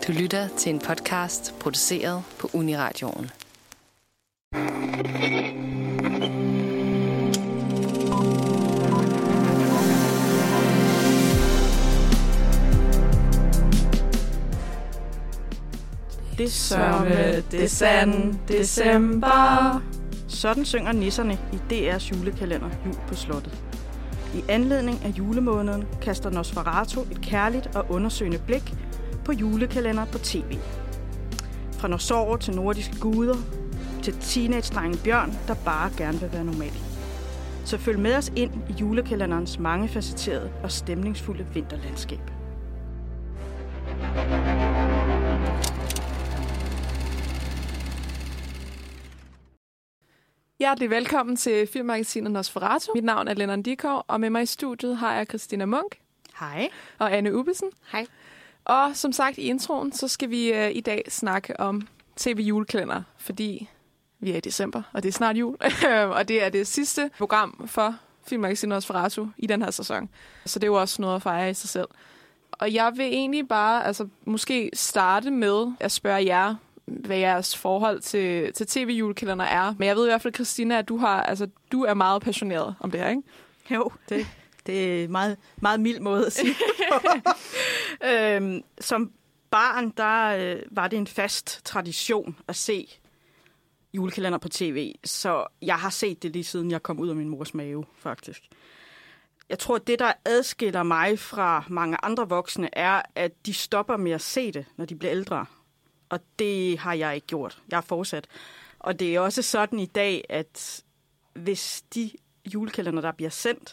Du lytter til en podcast produceret på Uniradioen. Det sørme, det sand, december. Sådan synger nisserne i DR's julekalender Jul på Slottet. I anledning af julemåneden kaster Nosferatu et kærligt og undersøgende blik på julekalender på tv. Fra Norsår til nordiske guder, til teenage-drengen Bjørn, der bare gerne vil være normal. Så følg med os ind i julekalenderens mangefacetterede og stemningsfulde vinterlandskab. Hjertelig velkommen til filmmagasinet Nosferatu. Mit navn er Lennon Dikov, og med mig i studiet har jeg Christina Munk. Hej. Og Anne Ubbesen. Hej. Og som sagt i introen, så skal vi i dag snakke om tv-julekalender, fordi vi er i december, og det er snart jul. Og det er det sidste program for filmmagasinet Nosferatu i den her sæson. Så det er jo også noget at fejre i sig selv. Og jeg vil egentlig bare måske starte med at spørge jer, hvad jeres forhold til tv-julekalender er. Men jeg ved i hvert fald, Christina, at du er meget passioneret om det her, ikke? Jo, det er meget, meget mild måde at sige. Som barn, der var det en fast tradition at se julekalender på tv. Så jeg har set det lige siden jeg kom ud af min mors mave, faktisk. Jeg tror, at det, der adskiller mig fra mange andre voksne, er, at de stopper med at se det, når de bliver ældre. Og det har jeg ikke gjort. Jeg har fortsat. Og det er også sådan i dag, at hvis de julekalender, der bliver sendt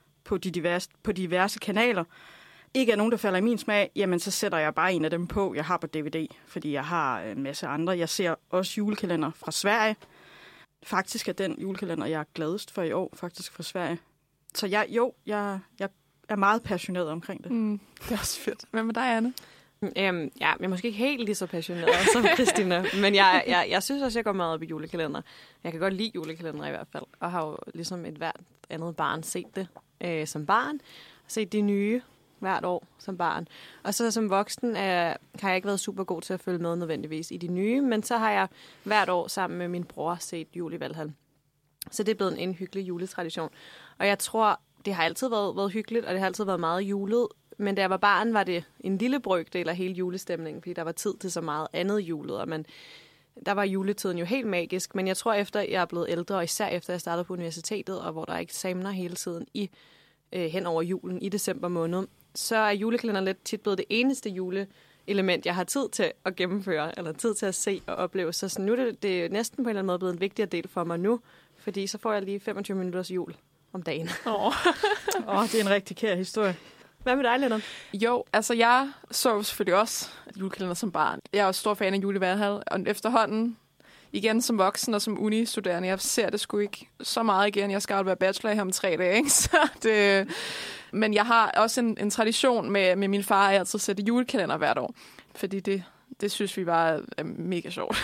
på diverse kanaler, ikke er nogen, der falder i min smag, jamen så sætter jeg bare en af dem på, jeg har på DVD. Fordi jeg har en masse andre. Jeg ser også julekalender fra Sverige. Faktisk er den julekalender, jeg er gladest for i år, faktisk fra Sverige. Så jeg er meget passioneret omkring det. Det er også fedt. Hvad med dig, Anne? Jeg er måske ikke helt lige så passioneret som Christina, men jeg synes også, jeg går meget op i julekalender. Jeg kan godt lide julekalender i hvert fald, og har jo ligesom et hvert andet barn set det som barn, og set de nye hvert år som barn. Og så som voksen har jeg ikke været super god til at følge med nødvendigvis i de nye, men så har jeg hvert år sammen med min bror set Jul i Valhall. Så det er blevet en hyggelig juletradition. Og jeg tror, det har altid været hyggeligt, og det har altid været meget julet. Men da jeg var barn, var det en lille brøkdel af hele julestemningen, fordi der var tid til så meget andet julet, og der var juletiden jo helt magisk. Men jeg tror, efter jeg er blevet ældre, og især efter jeg startede på universitetet, og hvor der er eksamener hele tiden hen over julen i december måned, så er julekalenderen lidt tit blevet det eneste juleelement, jeg har tid til at gennemføre, eller tid til at se og opleve. Så nu er det næsten på en eller anden måde blevet en vigtigere del for mig nu, fordi så får jeg lige 25 minutters jul om dagen. Det er en rigtig kær historie. Hvad med dig, Lennon? Jo, jeg så selvfølgelig også julekalender som barn. Jeg er også stor fan af Jul i Valhall, og efterhånden, igen som voksen og som uni-studerende, jeg ser det sgu ikke så meget igen. Jeg skal jo være bachelor her om 3 dage, ikke? Men jeg har også en tradition med min far, at jeg altid sætter julekalender hvert år, fordi det synes vi bare er mega sjovt.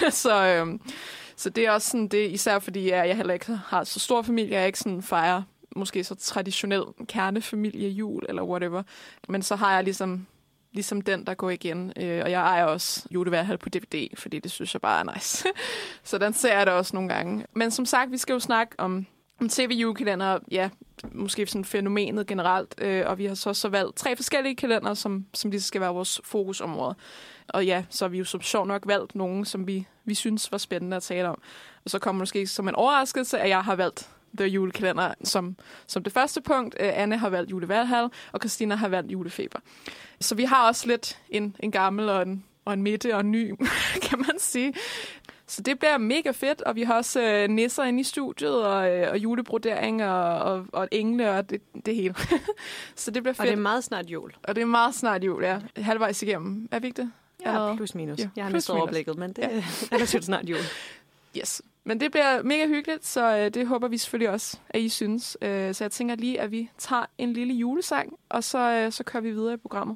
Så det er også sådan det, især fordi jeg heller ikke har så stor familie, jeg ikke sådan fejrer måske så traditionel kernefamilie jul eller whatever. Men så har jeg ligesom den, der går igen. Og jeg ejer også Jul i Valhall på DVD, fordi det synes jeg bare er nice. Så den ser jeg da også nogle gange. Men som sagt, vi skal jo snakke om tv-julekalender, ja, måske sådan fænomenet generelt. Og vi har så valgt 3 forskellige kalender, som lige skal være vores fokusområde. Og ja, så har vi jo som sjov nok valgt nogle, som vi synes var spændende at tale om. Og så kommer måske som en overraskelse, at jeg har valgt The julekalender som det første punkt. Anne har valgt Jul i Valhall, og Christina har valgt Julefeber. Så vi har også lidt en gammel og en midte og en ny, kan man sige. Så det bliver mega fedt, og vi har også nisser inde i studiet, og julebrodering, og engle, og det hele. Så det bliver fedt. Og det er meget snart jul. Ja. Halvvejs igennem. Er vi ikke det? Ja, plus minus. Jeg har mistet overblikket, men det er relativt snart jul. Yes. Men det bliver mega hyggeligt, så det håber vi selvfølgelig også, at I synes. Så jeg tænker lige, at vi tager en lille julesang, og så kører vi videre i programmet.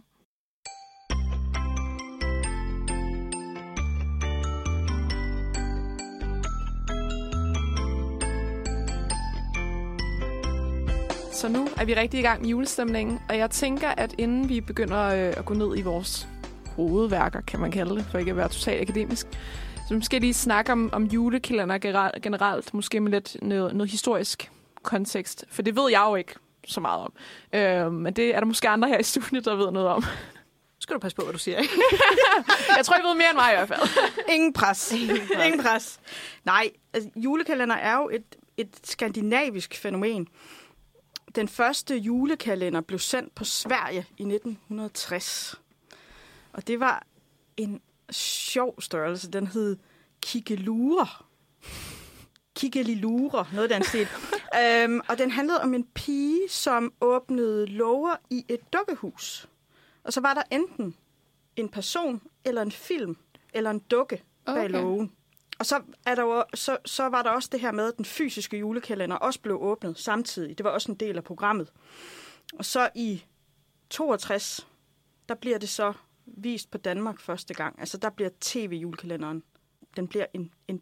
Så nu er vi rigtig i gang med julestemningen, og jeg tænker, at inden vi begynder at gå ned i vores hovedværker, kan man kalde det, for ikke at være totalt akademisk. Så måske lige snakke om julekalender generelt, måske med lidt noget historisk kontekst, for det ved jeg jo ikke så meget om. Men det er der måske andre her i studiet, der ved noget om. Skal du passe på, hvad du siger, ikke? Jeg tror, I ved mere end mig i hvert fald. Ingen pres. Ingen pres. Nej, altså, julekalender er jo et skandinavisk fænomen. Den første julekalender blev sendt på Sverige i 1960. Og det var en sjov størrelse. Den hed Kikkelurer. Kikkelilure, noget af den stil. Og den handlede om en pige, som åbnede låger i et dukkehus. Og så var der enten en person, eller en film, eller en dukke bag lågen. Og så var der også det her med, at den fysiske julekalender også blev åbnet samtidig. Det var også en del af programmet. Og så i 62, der bliver det så vist på Danmark første gang. Altså der bliver tv-julekalenderen. Den bliver en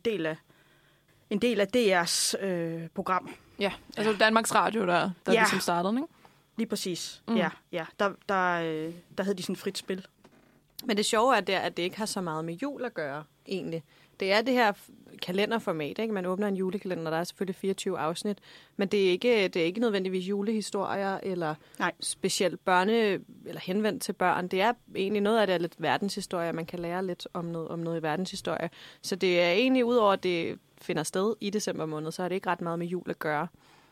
del af DR's program. Ja, altså Danmarks Radio, der ligesom startede, ikke? Lige præcis. Ja. Der havde de sådan frit spil. Men det sjove er, at det ikke har så meget med jul at gøre, egentlig. Det er det her kalenderformat, ikke? Man åbner en julekalender, der er selvfølgelig 24 afsnit, men det er ikke nødvendigvis julehistorier eller specielt eller henvendt til børn. Det er egentlig noget af det er lidt verdenshistorie, man kan lære lidt om noget i verdenshistorie. Så det er egentlig, udover at det finder sted i december måned, så er det ikke ret meget med jul at gøre.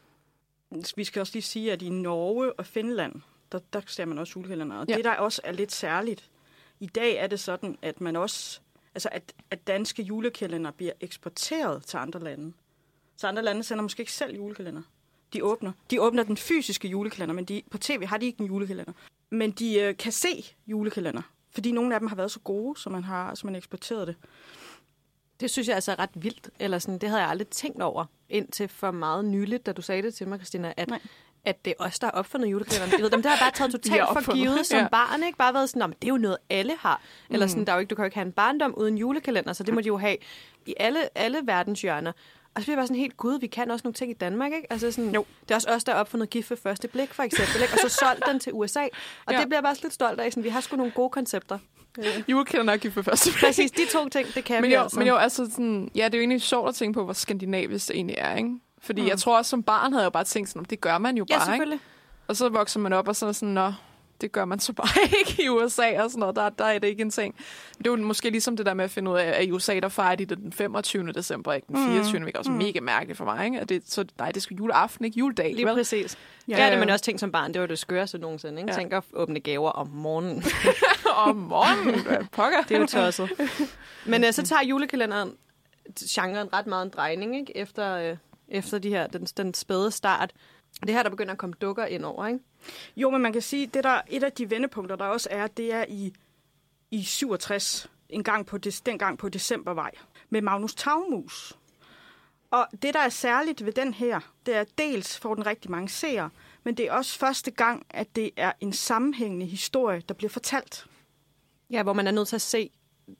Vi skal også lige sige, at i Norge og Finland, der ser man også julekalender. Og det, der også er lidt særligt, i dag er det sådan, at man også, altså at danske julekalender bliver eksporteret til andre lande. Så andre lande sender måske ikke selv julekalender. De åbner den fysiske julekalender, men på tv har de ikke en julekalender. Men de kan se julekalender, fordi nogle af dem har været så gode, så man eksporteret det. Det synes jeg altså er ret vildt. Eller sådan, det havde jeg aldrig tænkt over indtil for meget nyligt, da du sagde det til mig, Christina, at det er os, der har opfundet julekalenderen. Jeg ved, det har jeg bare taget totalt for givet som barn, ikke? Bare været sådan, det er jo noget, alle har. Eller sådan, du kan jo ikke have en barndom uden julekalender, så det må de jo have i alle verdens hjørner. Og så bliver jeg bare sådan helt, gud, vi kan også nogle ting i Danmark, ikke? Altså sådan, det er også os, der har opfundet gift ved første blik, for eksempel, ikke? Og så solgt den til USA. Og det bliver jeg bare lidt stolt af. Sådan, vi har sgu nogle gode koncepter. Julekalender og gift ved første blik. Præcis, de to ting, det kan vi altså. Men jo, altså sådan, det er jo egentlig sjovt at tænke på, hvor skandinavisk det egentlig er, ikke? Fordi jeg tror også, som barn havde jeg bare tænkt sådan, det gør man jo bare, ikke? Og så vokser man op, og så er sådan, det gør man så bare ikke i USA og sådan noget. Der er det ikke en ting. Men det er jo måske ligesom det der med at finde ud af, at i USA, der fejrer de det den 25. december, ikke den 24. Det er også mega mærkeligt for mig, ikke? Det skal juleaften, ikke juledag. Lige præcis. Ja, det har man også tænkt som barn. Det var det skøreste nogensinde, ikke? Tænk at åbne gaver om morgenen. Om morgenen? Pokker. Det er jo tosset. Men så tager julekalenderen genren ret meget en drejning, ikke? Efter de her, den spæde start. Det her, der begynder at komme dukker ind over, ikke? Jo, men man kan sige, det der et af de vendepunkter, der også er, det er i 67, dengang på Decembervej, med Magnus Tagmus. Og det, der er særligt ved den her, det er dels får den rigtig mange seere, men det er også første gang, at det er en sammenhængende historie, der bliver fortalt. Ja, hvor man er nødt til at se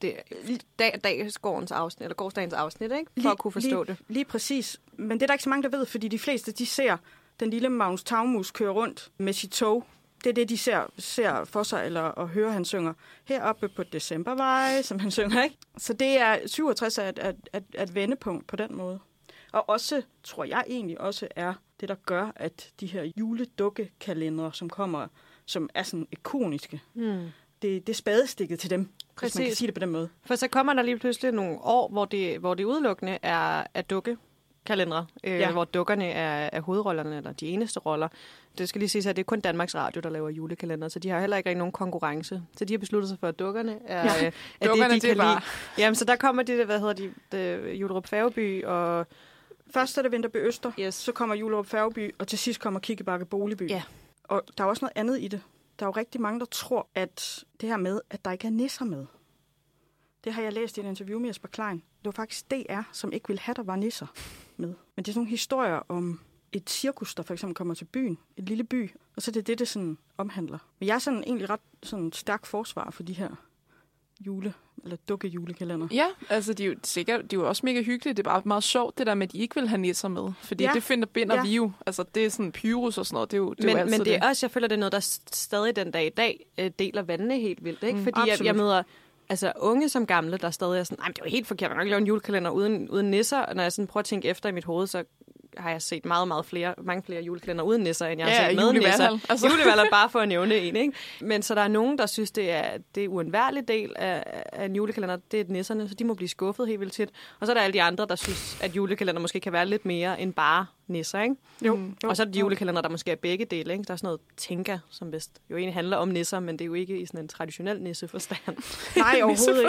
gårdsdagens afsnit, ikke? For at kunne forstå det. Lige præcis. Men det er der ikke så mange, der ved, fordi de fleste, de ser den lille Magnus Tagmus køre rundt med sit tog. Det er det, de ser for sig, eller hører, han synger heroppe på Decembervej, som han synger, ikke? Så det er 67 er et vendepunkt på den måde. Og også, tror jeg egentlig også, er det, der gør, at de her juledukkekalendere, som kommer, som er sådan ikoniske, det er spadestikket til dem, hvis man kan sige det på den måde. For så kommer der lige pludselig nogle år, hvor det udelukkende er dukkekalendere, hvor dukkerne er hovedrollerne, eller de eneste roller. Det skal lige sige, at det er kun Danmarks Radio, der laver julekalender, så de har heller ikke nogen konkurrence. Så de har besluttet sig for, at dukkerne er dukkerne, det, de kan lide. Jamen, så der kommer Jullerup Færgeby, og først er det Vinterby Øster, så kommer Jullerup Færgeby, og til sidst kommer Kikkebakke Boligby. Ja. Og der er også noget andet i det. Der er jo rigtig mange, der tror, at det her med, at der ikke er nisser med. Det har jeg læst i et interview med Jesper Klein. Det var faktisk DR, som ikke ville have, der var nisser med. Men det er sådan nogle historier om et cirkus, der for eksempel kommer til byen, et lille by, og så er det sådan omhandler. Men jeg er sådan egentlig ret sådan stærk forsvar for de her dukke-julekalender. Ja, altså de er jo også mega hyggelige. Det er bare meget sjovt, det der med, at de ikke vil have nisser med. Fordi det binder vi jo. Altså det er sådan Pyrus og sådan noget. Det er jo altid men det er også, jeg føler, det er noget, der stadig den dag i dag deler vandene helt vildt. Ikke? Fordi jeg møder unge som gamle, der stadig er sådan, det er jo helt forkert, man kan ikke lave en julekalender uden nisser. Og når jeg sådan prøver at tænke efter i mit hoved, så har jeg set mange flere julekalender uden nisser, end jeg har set med nisser. Altså. Julevalg bare for at nævne en, ikke? Men så der er nogen, der synes, det er uundværlig del af en julekalender, det er nisserne, så de må blive skuffet helt vildt tit. Og så er der alle de andre, der synes, at julekalender måske kan være lidt mere end bare nisser, ikke? Jo. Og så er det de julekalender, der måske er begge dele, ikke? Der er sådan noget tænker, som vist jo egentlig handler om nisser, men det er jo ikke i sådan en traditionel nisseforstand. Nej, overhovedet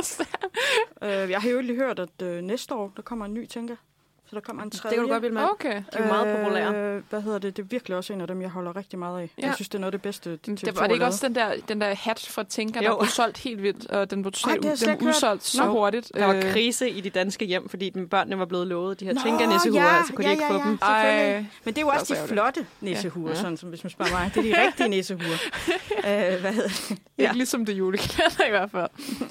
ikke. Jeg har jo lige hørt, at næste år, der kommer en ny tænker. Så der kommer en tredje. Det kan du godt vildt med. Okay. De er jo meget populære. Det er virkelig også en af dem, jeg holder rigtig meget af. Ja. Jeg synes, det er noget af det bedste. Det var det ikke også den der hat fra Tænker, der blev solgt helt vildt, og den blev totalt udsolgt så hurtigt. Der var krise i de danske hjem, fordi børnene var blevet lovet de her Tænker-nissehuer, så kunne de ikke få dem. Men det er jo også de flotte nissehuer, sådan som hvis man spørger mig. Det er de rigtige nissehuer. Hvad hedder det? Ikke ligesom det julekalender i hvert fald.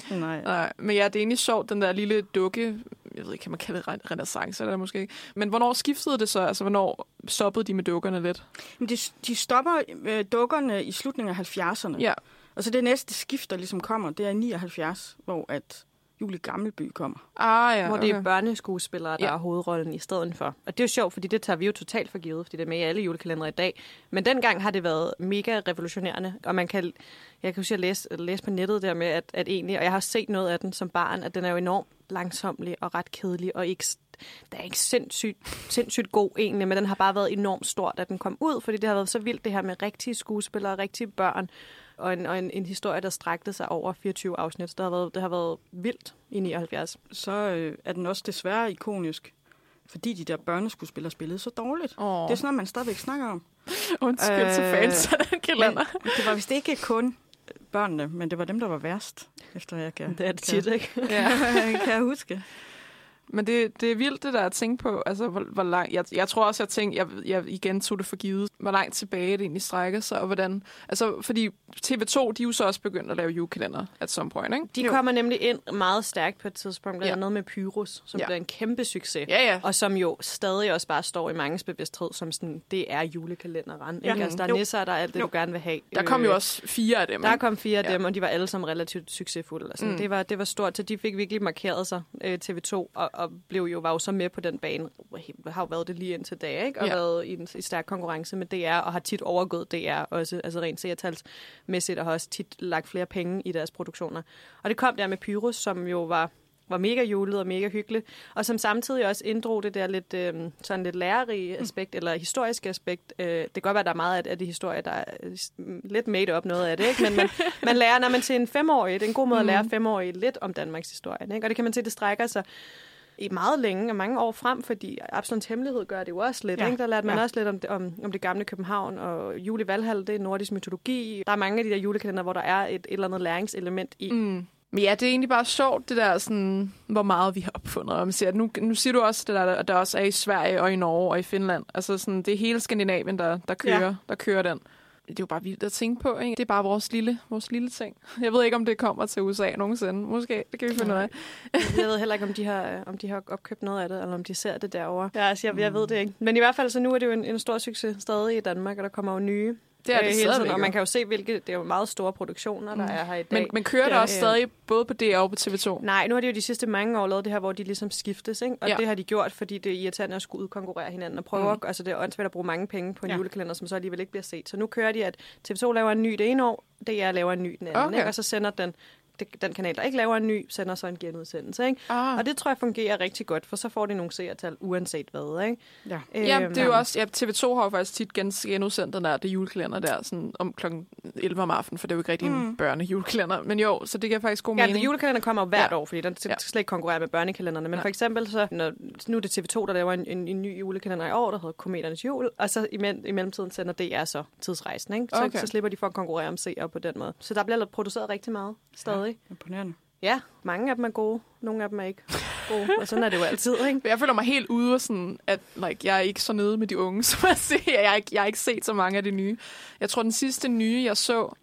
Nej. Men ja, det er egentlig sjovt, den der lille dukke. Jeg ved ikke, kan man kalde det renæssance eller måske ikke. Men hvornår skiftede det så? Altså, hvornår stoppede de med dukkerne lidt? Men de stopper dukkerne i slutningen af 70'erne. Ja. Og så det næste skift, der ligesom kommer, det er i 79, hvor at Jul i Gammelby kommer. Hvor det er børneskuespillere, der er hovedrollen i stedet for. Og det er jo sjovt, fordi det tager vi jo totalt for givet, fordi det er med i alle julekalendere i dag. Men dengang har det været mega revolutionerende, og jeg kan huske, at jeg læste på nettet der med, at egentlig, og jeg har set noget af den som barn, at den er jo enormt langsomlig og ret kedelig, og ikke, der er ikke sindssygt god egentlig, men den har bare været enormt stor, da den kom ud, fordi det har været så vildt det her med rigtige skuespillere, rigtige børn, og en historie, der strakte sig over 24 afsnit. Det har været vildt i 79. Så er den også desværre ikonisk, fordi de der børneskuespillere spillede så dårligt. Det er sådan noget, man stadigvæk snakker om. Undskyld til fans af den kalender. Det var vist ikke kun børnene, men det var dem, der var værst, efter jeg kan. Det er det tit, ikke? Kan jeg huske. Men det er vildt, det der at tænke på. Altså, hvor langt... Jeg tror også, jeg igen tog det for givet. Hvor langt tilbage det egentlig strækker sig, og hvordan... Altså, fordi TV2, de er jo så også begyndt at lave julekalender at some point, ikke? De kommer nemlig ind meget stærkt på et tidspunkt. Der er noget med Pyrus, som bliver en kæmpe succes. Ja. Og som jo stadig også bare står i manges bevidsthed, som sådan, det er julekalenderen. Ikke? Altså, der er nisser, der er alt det, du gerne vil have. Der kom jo også 4 af dem. Der kom 4 af dem, og de var alle sammen relativt succesfulde. Altså, det var stort, så de fik virkelig markeret sig, TV2, og var jo så med på den bane. Har jo været det lige indtil dag, ikke? Og været i stærk konkurrence med DR, og har tit overgået DR også, altså rent seertalsmæssigt, og har også tit lagt flere penge i deres produktioner. Og det kom der med Pyrus, som jo var mega julet og mega hyggelig, og som samtidig også inddrog det der lidt, sådan lidt lærerige aspekt, eller historiske aspekt. Det kan godt være, at der er meget af det historie, der er lidt made up noget af det, ikke? Men man lærer, når man til en 5-årig, det er en god måde at lære 5-årige lidt om Danmarks historie, ikke? Og det kan man se, det strækker sig i meget længe og mange år frem, fordi Absalons Hemmelighed gør det jo også lidt. Ikke? Der lærte man også lidt om det gamle København, og Jul i Valhall, det er nordisk mytologi. Der er mange af de der julekalender, hvor der er et eller andet læringselement i. Men ja, det er egentlig bare sjovt, det der sådan, hvor meget vi har opfundet. Og man siger, nu siger du også, det der også er i Sverige og i Norge og i Finland. Altså sådan, det er hele Skandinavien, der kører den. Det er jo bare vildt at tænke på, ikke? Det er bare vores lille ting. Jeg ved ikke, om det kommer til USA nogensinde. Måske, det kan vi finde ud af. Jeg ved heller ikke, om de har opkøbt noget af det, eller om de ser det derovre. Ja, altså, jeg ved det ikke. Men i hvert fald, så nu er det jo en stor succes stadig i Danmark, og der kommer jo nye. Det er det hele tiden, og man kan jo se, det er jo meget store produktioner, der er her i dag. Men kører det også stadig både på DR og på TV2? Nej, nu har de jo de sidste mange år lavet det her, hvor de ligesom skiftes, ikke? Og det har de gjort, fordi det er irriterende at skulle udkonkurrere hinanden og prøve. Altså det er åndssvagt at bruge mange penge på en julekalender, som så alligevel ikke bliver set. Så nu kører de, at TV2 laver en ny det ene år, DR laver en ny den anden, ikke? Og så sender den kanal, der ikke laver en ny, sender så en genudsendelse, ikke? Og det tror jeg fungerer rigtig godt, for så får de nogle seertal uanset hvad, ikke? Ja, det er jo også, TV2 har jo faktisk tit genudsendt den der, det julekalender der, sådan om kl. 11 om aftenen, for det er jo ikke rigtig en børnejulekalender, men jo, så det giver faktisk god mening. Ja, julekalender kommer jo hvert år, fordi den skal slet ikke konkurrere med børnekalenderne, men for eksempel så, nu er det TV2, der laver en ny julekalender i år, der hedder Kometernes Jul, og så i mellemtiden sender DR så Tidsrejsen, ikke? Så slipper de for at konkurrere om seere på den måde. Så der bliver produceret rigtig meget stadig. Imponerende. Ja, mange af dem er gode. Nogle af dem er ikke gode. Og sådan er det jo altid, ikke? Jeg føler mig helt ude og sådan, at jeg er ikke så nede med de unge, som jeg siger. Jeg har ikke set så mange af de nye. Jeg tror, den sidste nye, jeg så,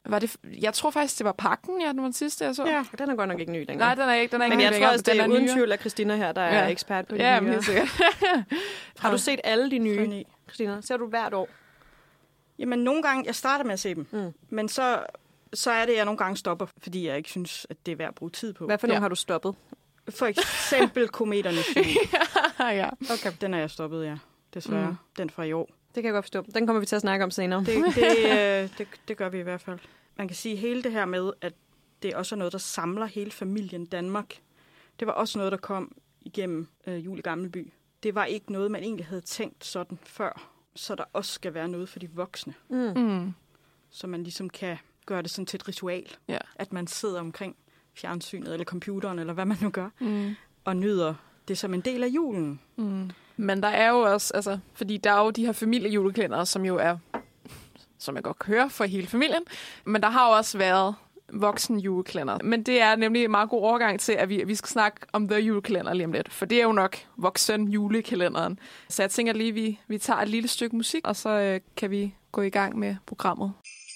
Jeg tror faktisk, det var Pakken, den var den sidste, jeg så. Ja, den er godt nok ikke ny længere. Nej, den er ikke Men jeg tror også, det er uden tvivl, at Christina her, der er ekspert på de nye. Helt sikkert. Har du set alle de nye, Christina? Ser du hvert år? Jamen, nogle gange, jeg starter med at se dem, men så er det, jeg nogle gange stopper, fordi jeg ikke synes, at det er værd at bruge tid på. Hvad for nogle har du stoppet? For eksempel Kometernes Jul. Ja. Okay, den er jeg stoppet, ja. Desværre. Den fra i år. Det kan jeg godt forstå. Den kommer vi til at snakke om senere. Det gør vi i hvert fald. Man kan sige hele det her med, at det også er noget, der samler hele familien Danmark. Det var også noget, der kom igennem Jul i Gammelby. Det var ikke noget, man egentlig havde tænkt sådan før. Så der også skal være noget for de voksne. Så man ligesom kan gøre det sådan til et ritual. Ja. At man sidder omkring fjernsynet eller computeren, eller hvad man nu gør, og nyder det som en del af julen. Men der er jo også, fordi der er jo de her familiejulekalendere, som jo er, som jeg godt kan høre, for hele familien. Men der har jo også været voksen julekalender. Men det er nemlig en meget god overgang til, at vi skal snakke om The Julekalender lige om lidt. For det er jo nok voksen julekalenderen. Så jeg tænker lige, vi tager et lille stykke musik, og så kan vi gå i gang med programmet.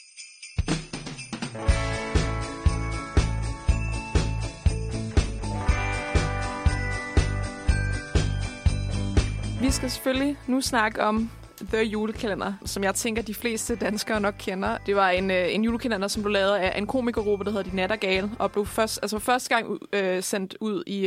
Vi skal selvfølgelig nu snakke om The Julekalender, som jeg tænker, de fleste danskere nok kender. Det var en julekalender, som blev lavet af en komikergruppe, der hedder De Nattergale, og blev første gang sendt ud i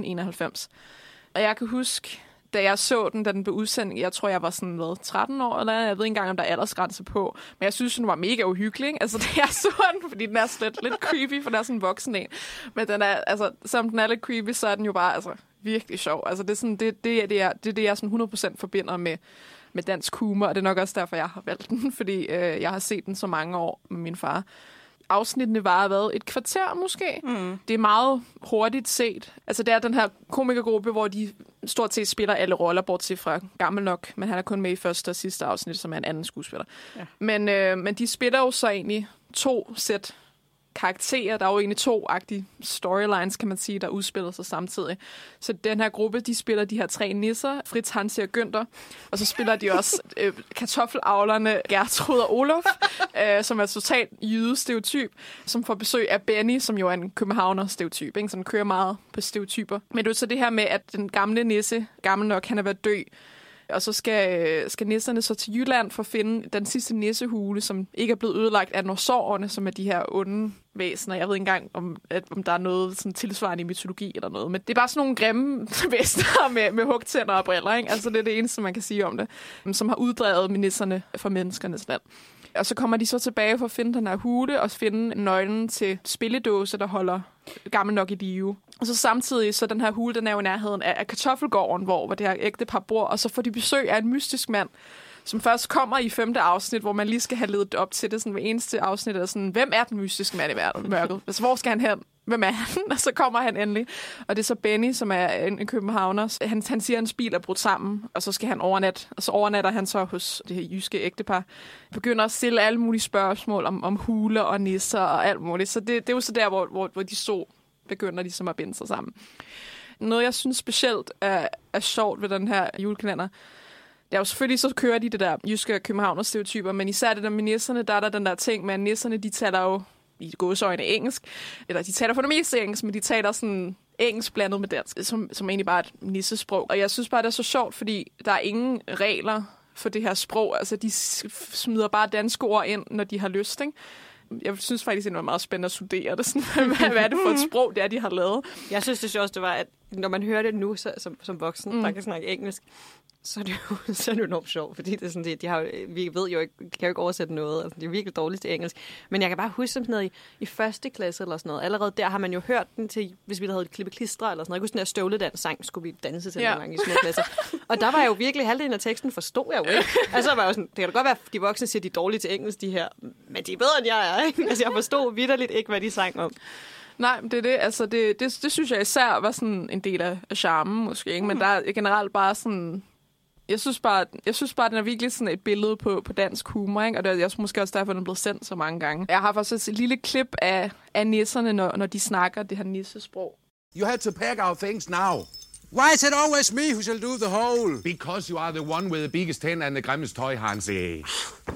1991. Og jeg kan huske, da jeg så den, da den blev udsendt, jeg tror, jeg var sådan 13 år, eller jeg ved ikke engang, om der er aldersgrænse på. Men jeg synes, den var mega uhyggelig, ikke? Altså, da jeg så den, fordi den er lidt creepy, for den er sådan en voksen en. Men den er, som den er lidt creepy, så er den jo bare, virkelig sjov. Altså, det er sådan, det jeg sådan 100% forbinder med dansk humor, og det er nok også derfor, jeg har valgt den, fordi jeg har set den så mange år med min far. Afsnittene var et kvarter måske. Det er meget hurtigt set. Altså, det er den her komikergruppe, hvor de stort set spiller alle roller, bortset fra Gammel nok, men han er kun med i første og sidste afsnit, som er en anden skuespiller. Ja. Men de spiller jo så egentlig 2 sæt karakterer. Der er jo egentlig 2-agtige storylines, kan man sige, der udspiller sig samtidig. Så den her gruppe, de spiller de her 3 nisser, Fritz, Hansi og Günther. Og så spiller de også kartoffelavlerne Gertrud og Olof, som er totalt jydestereotyp, som får besøg af Benny, som jo er en københavner-stereotyp, ikke? Som kører meget på stereotyper. Men det er så det her med, at den gamle nisse, gammel nok, han er ved at dø. Og så skal nisserne så til Jylland for at finde den sidste nissehule, som ikke er blevet ødelagt af norsårene, som er de her onde væsener. Jeg ved ikke engang, om der er noget sådan tilsvarende i mytologi eller noget. Men det er bare sådan nogle grimme væsener med hugtænder og briller, ikke? Altså det er det eneste, man kan sige om det. Som har uddrevet nisserne fra menneskernes land. Og så kommer de så tilbage for at finde den her hule og finde nøglen til spilledåse, der holder Gammel nok i live. Og så samtidig, så den her hule, den er jo i nærheden af kartoffelgården, hvor det her ægtepar bor, og så får de besøg af en mystisk mand, som først kommer i 5. afsnit, hvor man lige skal have ledet op til det. Sådan ved eneste afsnit er sådan, hvem er den mystiske mand i mørket? Altså, hvor skal han hen? Hvem er han? Og så kommer han endelig. Og det er så Benny, som er en københavner. Han siger, at hans bil er brudt sammen, og så skal han overnatte. Og så overnatter han så hos det her jyske ægtepar. Begynder at stille alle mulige spørgsmål om huler og nisser og alt muligt. Så det er jo så der, hvor de så begynder ligesom at binde sig sammen. Noget, jeg synes specielt er sjovt ved den her julekalender, det er jo selvfølgelig, så kører de det der jyske københavner-stereotyper, men især det der med nisserne, der er der den der ting med, at nisserne, de taler jo i gåseøjne engelsk, eller de taler for det meste engelsk, men de taler sådan engelsk blandet med dansk, som egentlig bare er et nissesprog. Og jeg synes bare, det er så sjovt, fordi der er ingen regler for det her sprog. Altså, de smider bare danske ord ind, når de har lyst, ikke? Jeg synes faktisk, det var meget spændende at studere det. Sådan, hvad er det for et sprog, det er, de har lavet? Jeg synes, det sjoveste var, at når man hører det nu som voksen, der kan snakke engelsk, så er det jo enormt sjovt, fordi det er sådan, vi ved jo ikke, kan jo ikke oversætte noget, altså, det er virkelig dårligt til engelsk. Men jeg kan bare huske som sådan noget i første klasse eller sådan noget. Allerede der har man jo hørt den til, hvis vi havde et klippe klistre eller sådan noget. Jeg huske, den der støvledans-sang skulle vi danse til nogle gange i små klasser. Og der var jo virkelig halvdelen af teksten, forstod jeg jo ikke. Altså var jo sådan, det kan da godt være, at de voksne siger, de er dårlige til engelsk, de her, men de er bedre, end jeg er, ikke? Altså jeg forstod vitterligt ikke, hvad de sang om. Nej, det er det. Altså, det synes jeg især var sådan en del af charmen, måske, ikke? Men der er generelt bare sådan... Jeg synes bare, den er virkelig sådan et billede på dansk humor, ikke? Og det er måske også derfor, den er blevet sendt så mange gange. Jeg har faktisk et lille klip af nisserne, når de snakker det her nissesprog. You had to pack our things now. Why is it always me who shall do the whole? Because you are the one with the biggest hen and the grimmest toy, Hansi.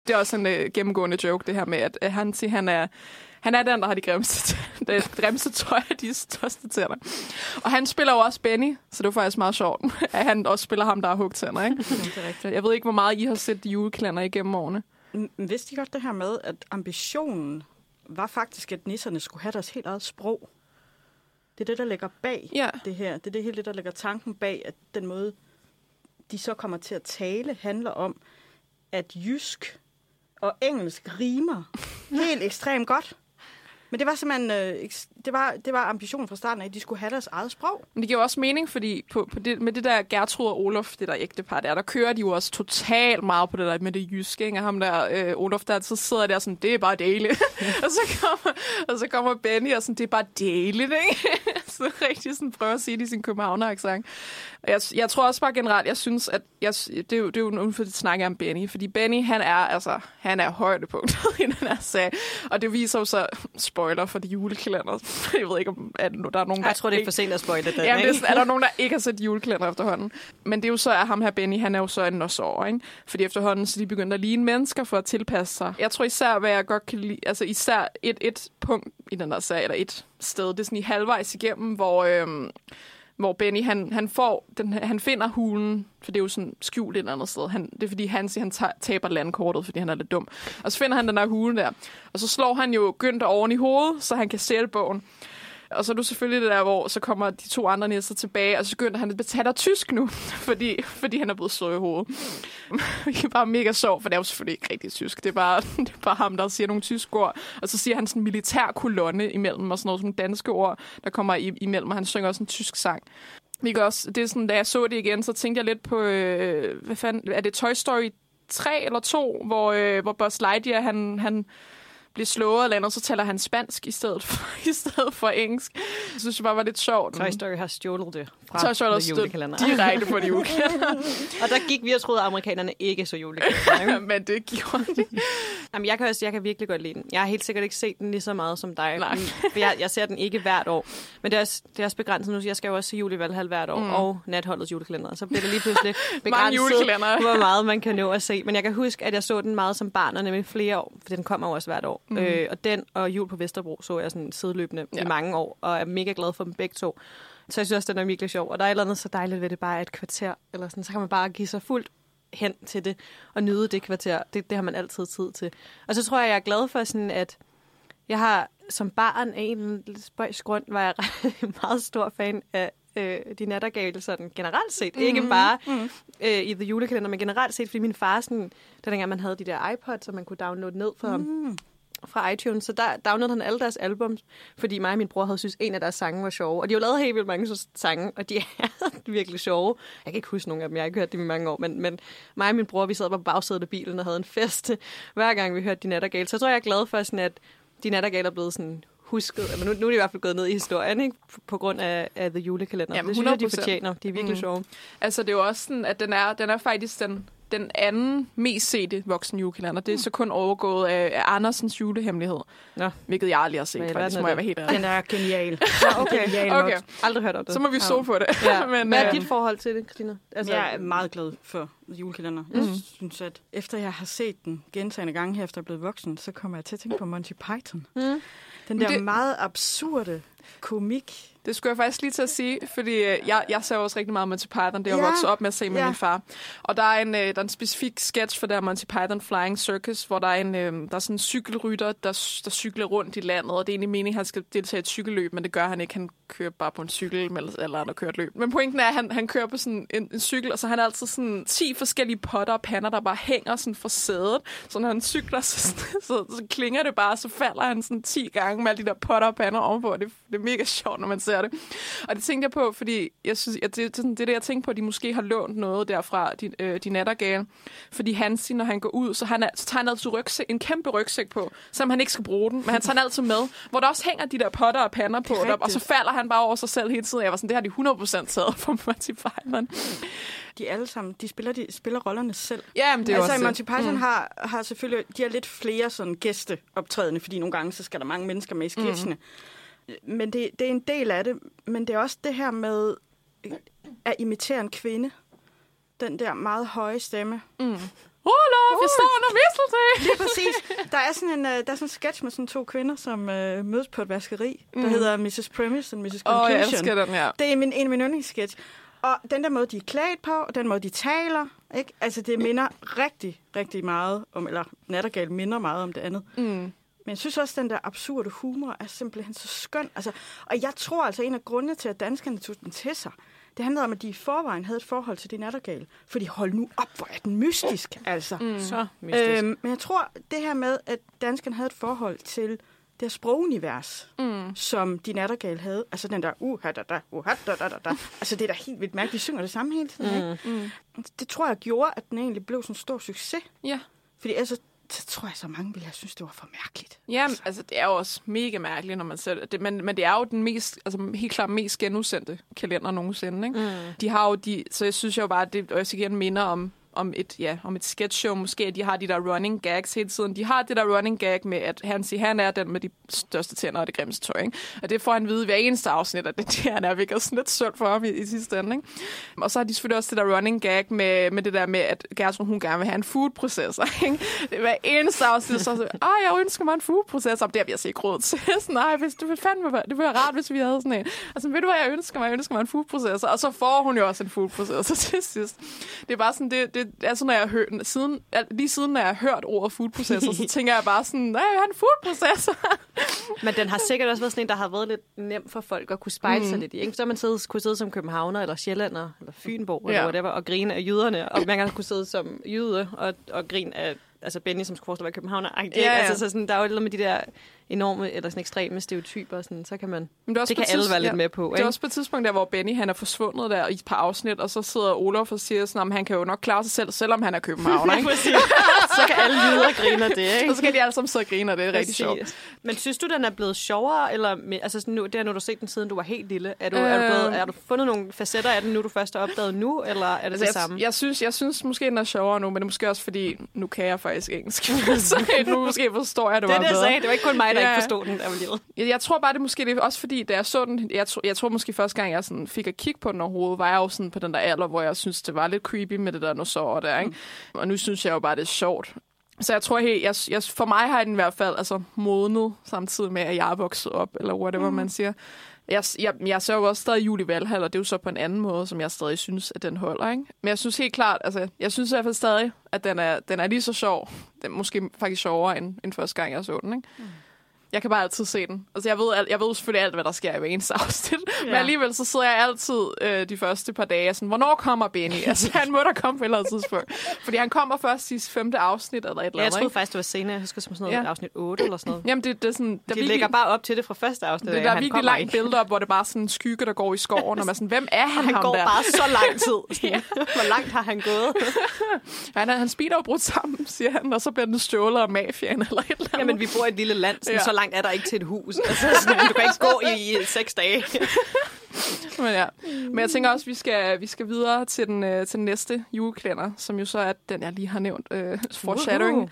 Det er også en gennemgående joke, det her med, at Hansi, han er den, der har de grimmeste tøj, de største tænder. Og han spiller jo også Benny, så det er faktisk meget sjovt, at han også spiller ham, der har hugtænder, ikke? Det er rigtigt. Jeg ved ikke, hvor meget I har set de julekalender igennem årene. Vidste I godt det her med, at ambitionen var faktisk, at nisserne skulle have deres helt eget sprog? Det er det, der ligger bag det her. Det er det hele det, der ligger tanken bag, at den måde, de så kommer til at tale, handler om, at jysk og engelsk rimer helt ekstremt godt. Men det var simpelthen det var ambitionen fra starten af, at de skulle have deres eget sprog. Men det giver også mening, fordi med det der Gertrud og Olof, det der ægtepar der kører de jo også totalt meget på det der med det jyske, ikke? Og ham der, Olof, der så sidder der sådan, det er bare dejligt. og så kommer Benny og sådan, det er bare dejligt, ikke? Så rigtig sådan prøver at sige det i sin københavner-accent. Jeg tror også bare generelt, jeg synes, at det er jo nogen for at snakke om Benny, fordi Benny, han er højdepunktet i den her sag. Og det viser jo så spoiler for de julekalender. Jeg ved ikke, om der er nogen, der... Jeg tror, det er for sent at spoile det. Ja, er der nogen, der ikke har set julekalender efterhånden. Men det er jo så, at ham her Benny, han er jo så en nosår, ikke? Fordi efterhånden, så de begynder at ligne mennesker for at tilpasse sig. Jeg tror især, hvad jeg godt kan lide, altså især et punkt i den der sag, eller et sted, det er sådan i halvvejs igennem, hvor Benny, han finder hulen, for det er jo sådan skjult et eller andet sted. Det er fordi Hansi, han taber landkortet, fordi han er lidt dum. Og så finder han den der hule der, og så slår han jo Günther oven i hovedet, så han kan stjæle bogen. Og så er du selvfølgelig det der, hvor så kommer de to andre nisser tilbage, og så begynder han at betale tysk nu, fordi han er blevet slået i hovedet. Det er bare mega sjovt, for det er jo selvfølgelig ikke rigtig tysk. Det er bare ham, der siger nogle tyske ord, og så siger han sådan en militær kolonne imellem, og sådan nogle danske ord, der kommer imellem, og han synger også en tysk sang. Det er sådan, da jeg så det igen, så tænkte jeg lidt på, hvad fanden, er det Toy Story 3 eller 2, hvor Buzz Lightyear, han bliver slået eller andet, så taler han spansk i stedet for engelsk. Jeg synes det bare var lidt sjovt. Toy Story har stjålet det fra julekalender. Direkte på de julekalender. Og der gik vi og troede, at amerikanerne ikke så julekalender. Men det gjorde de. Jamen, jeg kan virkelig godt lide den. Jeg har helt sikkert ikke set den lige så meget som dig. For jeg ser den ikke hvert år. Men det er også begrænset nu. Jeg skal jo også se Jul i Valhall hvert år, og Natholdets julekalender. Så bliver det lige pludselig begrænset, hvor meget man kan nå at se. Men jeg kan huske, at jeg så den meget som barn, og nemlig flere år, for den kommer jo også hvert år. Og den og Jul på Vesterbro så jeg sådan sideløbende i mange år, og er mega glad for dem begge to. Så jeg synes også, den er virkelig sjov. Og der er et eller andet så dejligt ved det bare et kvarter, eller sådan, så kan man bare give sig fuldt hen til det, og nyde det kvarter. Det har man altid tid til. Og så tror jeg er glad for sådan, at jeg har som barn af en spøjs grund, var jeg meget stor fan af de nattergale sådan generelt set. Ikke bare i The Julekalender, men generelt set, fordi min far sådan, dengang man havde de der iPods, så man kunne downloade ned fra iTunes, så der downloadede han alle deres albums, fordi mig og min bror havde synes, en af deres sange var sjove. Og de har jo lavet helt vildt mange sange, og de er virkelig sjove. Jeg kan ikke huske nogen af dem, jeg har ikke hørt dem i mange år, men mig og min bror, vi sad på bagsædet af bilen og havde en fest, hver gang vi hørte de nattergale. Så jeg tror, jeg er glad for, sådan, at de nattergale er blevet sådan husket. Men nu er de i hvert fald gået ned i historien, ikke? På grund af The Julekalender. Jamen, det synes jeg, de fortjener. De er virkelig sjove. Altså, det er jo også sådan, at den er faktisk den anden mest sete voksen julekalender. Det er så kun overgået af Andersens julehemmelighed. Ja. Hvilket jeg aldrig har set, faktisk, må jeg være helt ærlig. Den er genial. Okay. Aldrig hørt om det. Så må vi stå på det. Ja. Men, hvad er dit forhold til det, Christina? Altså, jeg er meget glad for julekalender. Jeg synes, at efter jeg har set den gentagne gange her, efter jeg er blevet voksen, så kommer jeg til at tænke på Monty Python. Den der meget absurde komik. Det skulle jeg faktisk lige til at sige, fordi jeg ser også rigtig meget Monty Python. Det er jo vokset op med at se med min far. Og der er en specifik sketch for der Monty Python Flying Circus, hvor der er sådan en cykelrytter, der cykler rundt i landet, og det er egentlig meningen, at han skal deltage i et cykelløb, men det gør han ikke. Han kører bare på en cykel, eller der kører et løb. Men pointen er, at han kører på sådan en cykel, og så han er altid sådan 10 forskellige potter og pander, der bare hænger sådan fra sædet. Så når han cykler, så klinger det bare, så falder han sådan 10 gange med alle de der potter og pander ovenpå. Det er mega sjovt, når man ser det. Og det tænkte jeg på, fordi jeg synes, at det er det, jeg tænker på, at de måske har lånt noget derfra, de nattergale. Fordi Hansi, når han går ud, så tager han altid en kæmpe rygsæk på, selvom han ikke skal bruge den, men han tager den altid med, hvor der også hænger de der potter og pander på, og så falder han bare over sig selv hele tiden. Jeg var sådan, det har de 100% taget fra Monty Python. De alle sammen, de spiller rollerne selv. Ja, men det er altså, også Monty Python har selvfølgelig, de har lidt flere sådan gæsteoptrædende, fordi nogle gange, så skal der mange mennesker med i sketchene. Men det er en del af det, men det er også det her med at imitere en kvinde. Den der meget høje stemme. Olaf, jeg står under mistelten. Lige præcis. Der er sådan en sketch med sådan 2 kvinder, som mødes på et vaskeri, der hedder Mrs. Premise og Mrs. Conclusion. Jeg elsker den her. Det er en af mine yndlingssketch. Og den der måde, de er klædt på, og den måde, de taler, ikke? Altså, det minder rigtig, rigtig meget om, eller Nattergal minder meget om det andet. Men jeg synes også, at den der absurde humor er simpelthen så skøn. Altså, og jeg tror altså, en af grundene til, at danskerne tog den til sig, det handlede om, at de i forvejen havde et forhold til det Nattergal. Fordi hold nu op, hvor er den mystisk, altså. Så mystisk. Men jeg tror, det her med, at danskerne havde et forhold til det her sprogunivers, som de Nattergal havde. Altså den der altså det er da helt vildt mærkeligt. De synger det samme hele tiden, ikke? Det tror jeg gjorde, at den egentlig blev sådan en stor succes. Ja. Fordi altså, så tror jeg, så mange ville have synes, det var for mærkeligt. Ja, altså det er jo også mega mærkeligt, når man ser det. Men det er jo den mest, altså helt klart mest genudsendte kalender nogensinde, ikke? De har jo så jeg synes jo bare, at det også igen minder om et sketchshow. Måske, at de har de der running gags hele tiden. De har det der running gag med, at han er den med de største tænder og det grimmeste tøj, ikke? Og det får han vide hver eneste afsnit, at han er virkelig sådan lidt synd for ham i sidste ende, ikke? Og så har de selvfølgelig også det der running gag med det der med, at Gertrud, hun gerne vil have en foodprocessor, ikke? Det er hver eneste afsnit, så jeg ønsker mig en foodprocessor. Det har vi altså ikke råd til. Nej, hvis du vil fandme, det ville være rart, hvis vi havde sådan en. Altså, ved du hvad, jeg ønsker mig en foodprocessor. Og så får hun jo også en foodprocessor til sidst. Det er bare sådan, det er sådan, når jeg lige siden jeg har hørt ordet foodprocessor, så tænker jeg bare sådan, nej, jeg har en foodprocessor. Men den har sikkert også været sådan en, der har været lidt nem for folk at kunne spejle sig lidt i. Ikke? Så man kunne sidde som københavner, eller sjællander, eller fynbo, eller whatever, og grine af jyderne. Og man kan kunne sidde som jyde og grine af Benny, som skulle forestille at være københavner. Altså, så sådan, der er jo lidt med de der enorme eller sådan ekstreme stereotyper, sådan, så kan man... Det kan alle være lidt med på. Ikke? Det er også på et tidspunkt, der hvor Benny han er forsvundet der i et par afsnit, og så sidder Olaf og siger sådan, at han kan jo nok klare sig selv, selvom han er københavner. Ikke? Så kan alle jyder grine af det, ikke? Og så kan de alle sammen sidde og grine af det. Det er rigtig sjovt. Men synes du, den er blevet sjovere? Eller altså sådan nu, det har du set den siden, du var helt lille. Er du fundet nogle facetter af den, nu du først har opdaget nu, eller er det det samme? Jeg synes måske, den er sjovere nu, men det er måske også, fordi nu kan jeg faktisk engelsk. Så nu måske forstår jeg det bare bedre. Det sagde. Det var ikke kun mig, der ikke forstod den, der var lille. Jeg tror bare, det er også fordi, da jeg så den, jeg tror måske første gang, jeg sådan fik at kigge på den overhovedet, var jeg jo sådan på den der alder, hvor jeg synes, det var lidt creepy med det der dinosaur der, ikke? Og nu synes jeg jo bare, det er sjovt. Så jeg tror helt, for mig har den i hvert fald altså modnet, samtidig med, at jeg er vokset op, eller whatever man siger. Jeg ser jo også stadig Julie Valhall, og det er jo så på en anden måde, som jeg stadig synes, at den holder, ikke? Men jeg synes helt klart, altså, jeg synes i hvert fald stadig, at den er lige så sjov. Den er måske faktisk sjovere, end første gang, jeg så den, ikke? Jeg kan bare altid se den. Altså, jeg ved selvfølgelig alt, hvad der sker i hver eneste afsnit. Ja. Men alligevel så sidder jeg altid de første par dage sådan, hvornår kommer Benny? Altså, han må da komme på et eller andet tidspunkt. Fordi han kommer først i 5. afsnit eller et eller andet. Jeg troede faktisk, det var senere. Jeg husker som sådan noget afsnit 8 eller sådan noget. Jamen, det er sådan... De lægger bare op til det fra første afsnit. Der er virkelig langt billeder op, hvor det bare er sådan en skygge, der går i skoven. Og man er sådan, hvem er han går der? Bare så lang tid. Hvor langt har han gået? Han speeder jo brudt sammen, siger han. Og så bliver den stjålet af mafiaen eller et eller andet. Jamen, vi bor i et lille land. Så langt er der ikke til et hus. Altså, sådan, du kan ikke gå i 6 dage. Men jeg tænker også, vi skal videre til den næste julekalender, som jo så er den, jeg lige har nævnt, Foreshadowing.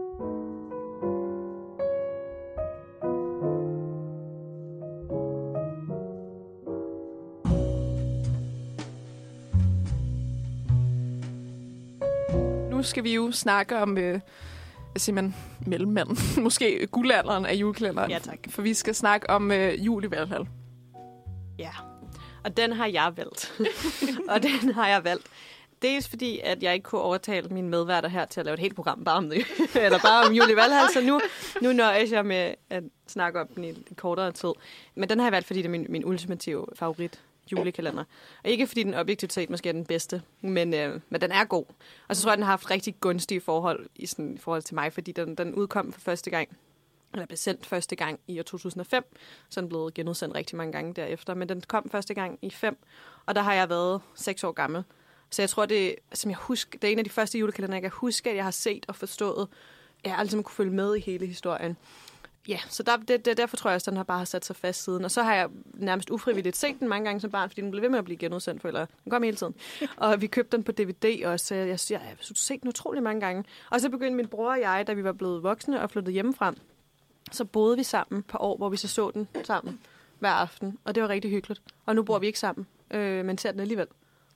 Nu skal vi jo snakke om... simpelthen mellemmanden. Måske guldalderen af julekalenderen. Ja, tak. For vi skal snakke om Julie Valhall. Ja, og den har jeg valgt. Dels fordi, at jeg ikke kunne overtale mine medværter her til at lave et helt program bare om det. Eller bare om Julie Valhall. Så nu nøjes jeg med at snakke om den i kortere tid. Men den har jeg valgt, fordi det er min ultimative favorit julekalender. Og ikke fordi den objektivt set måske er den bedste, men den er god. Og så tror jeg, den har haft rigtig gunstige forhold i forhold til mig, fordi den udkom for første gang, eller blev sendt første gang i år 2005, så den blev genudsendt rigtig mange gange derefter, men den kom første gang i 5, og der har jeg været 6 år gammel. Så jeg tror, det er en af de første julekalender, jeg kan huske, at jeg har set og forstået, at jeg aldrig kunne følge med i hele historien. Ja, så derfor tror jeg også, at den har bare sat sig fast siden. Og så har jeg nærmest ufrivilligt set den mange gange som barn, fordi den blev ved med at blive genudsendt for, eller den kom hele tiden. Og vi købte den på DVD også, så jeg har set den utrolig mange gange. Og så begyndte min bror og jeg, da vi var blevet voksne og flyttede hjemmefra, så boede vi sammen på år, hvor vi så den sammen hver aften. Og det var rigtig hyggeligt. Og nu bor vi ikke sammen, men ser den alligevel.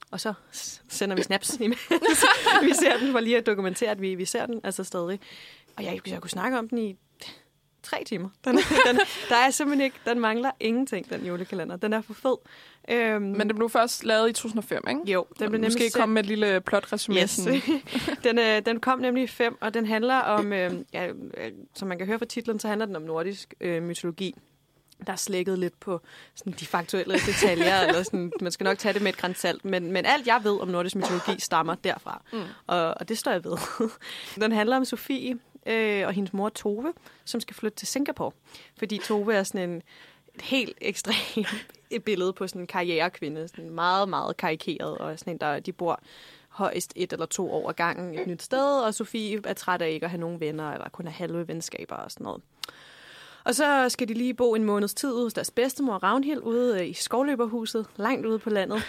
Og så sender vi snaps imens. Vi ser den for lige at dokumentere, at vi ser den altså stadig. Og jeg kunne snakke om den i 3 timer. Der er simpelthen ikke, den mangler ingenting, den julekalender. Den er for fed. Men den blev først lavet i 2005, ikke? Jo, den blev nemlig måske komme med et lille plot-resumé. Yes. Den kom nemlig i 5, og den handler om, som man kan høre fra titlen, så handler den om nordisk mytologi. Der er slækket lidt på sådan, de faktuelle detaljer, eller sådan, man skal nok tage det med et gran salt, men alt jeg ved om nordisk mytologi stammer derfra, og det står jeg ved. Den handler om Sofie og hendes mor Tove, som skal flytte til Singapore, fordi Tove er sådan et helt ekstremt et billede på sådan en karrierekvinde, sådan meget, meget karikeret, og sådan en, der de bor højst 1 eller 2 år ad gangen et nyt sted, og Sofie er træt af ikke at have nogen venner, eller kun have halve venskaber og sådan noget. Og så skal de lige bo en måneds tid ude hos deres bedstemor Ragnhild ude i skovløberhuset, langt ude på landet.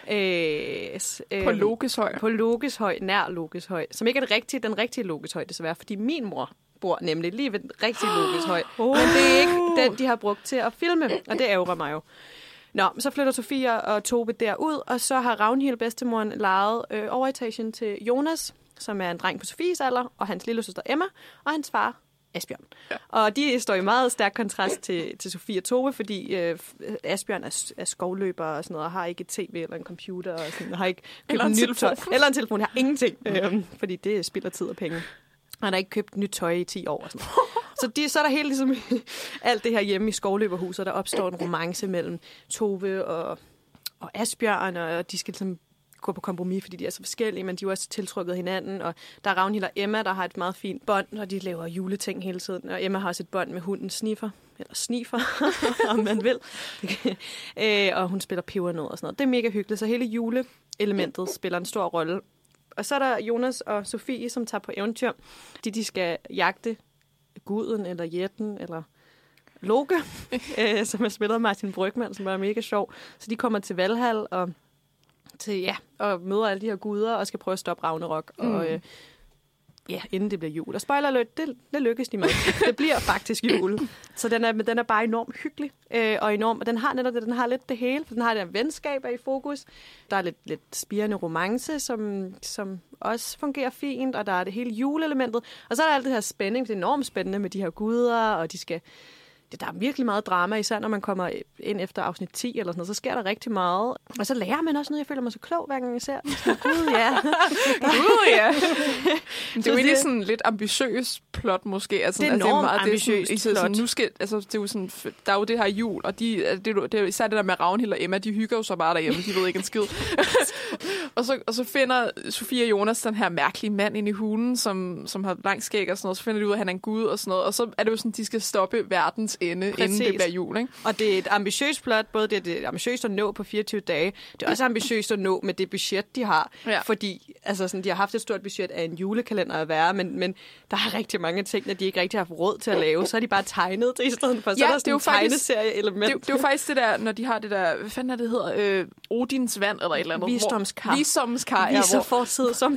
På Lokeshøj. På Lokeshøj, nær Lokeshøj. Som ikke er den rigtige Lokeshøj, desværre, fordi min mor bor nemlig lige ved den rigtige Lokeshøj. Men det er ikke den, de har brugt til at filme, og det ærger mig jo. Nå, så flytter Sofie og Tove derud, og så har Ragnhild, bedstemoren, lejet overetagen til Jonas, som er en dreng på Sofies alder, og hans lille søster Emma, og hans far Asbjørn. Ja. Og de står i meget stærk kontrast til Sofie og Tove, fordi Asbjørn er skovløber og sådan noget, og har ikke et tv eller en computer, og sådan, har ikke købt en nyt tøj. Eller en telefon, har ingenting, fordi det spilder tid og penge. Og han har ikke købt nyt tøj i 10 år. Og sådan. Så er der helt ligesom alt det her hjemme i skovløberhuset, der opstår en romance mellem Tove og Asbjørn, og de skal ligesom gå på kompromis, fordi de er så forskellige, men de er jo også tiltrukket hinanden, og der er Ragnhild og Emma, der har et meget fint bånd, og de laver juleting hele tiden, og Emma har også et bånd med hunden Sniffer, om man vil, og hun spiller pebernødder og sådan noget. Det er mega hyggeligt, så hele juleelementet spiller en stor rolle. Og så er der Jonas og Sofie, som tager på eventyr. De skal jagte guden, eller jætten, eller Loke, som er spillet af Martin Brygmann, som var mega sjov. Så de kommer til Valhall og møder alle de her guder og skal prøve at stoppe Ragnarok. Og inden det bliver jul. Og spoiler alert, det lykkes de med. Det bliver faktisk jul. Så den er bare enormt hyggelig. Og den har netop det, den har lidt det hele. For den har det her venskab i fokus. Der er lidt spirende romance, som også fungerer fint. Og der er det hele juleelementet. Og så er der alt det her spænding. Det er enormt spændende med de her guder, og de skal... Der er virkelig meget drama, især når man kommer ind efter afsnit 10 eller sådan noget, så sker der rigtig meget. Og så lærer man også noget. Jeg føler mig så klog, hver gang jeg ser den. Gud, ja. Gud, ja. Det er jo egentlig sådan lidt ambitiøs plot, måske. Altså, det er enormt ambitiøst plot. Nu skal, altså, det er jo sådan, der er jo det her jul, og det er især det der med Ragnhild og Emma, de hygger jo så bare derhjemme, de ved ikke en skid. og så finder Sofie og Jonas den her mærkelige mand inde i hulen, som har lang skæg og sådan noget, så finder de ud af, at han er en gud og sådan noget, og så er det jo sådan, de skal stoppe verdens ende, inden det bliver jul, ikke? Og det er et ambitiøst plot, både det er ambitiøst at nå på 24 dage, det er også ambitiøst at nå med det budget, de har, fordi altså, sådan, de har haft et stort budget af en julekalender at være, men der er rigtig mange ting, at de ikke rigtig har haft råd til at lave, så har de bare tegnet det i stedet for, så er der sådan en tegneserie-element. Det er jo faktisk det der, når de har det der, hvad fanden er det hedder, Odins vand, eller et eller andet. Visdomskar. Visdomskar, ja. Så fortid som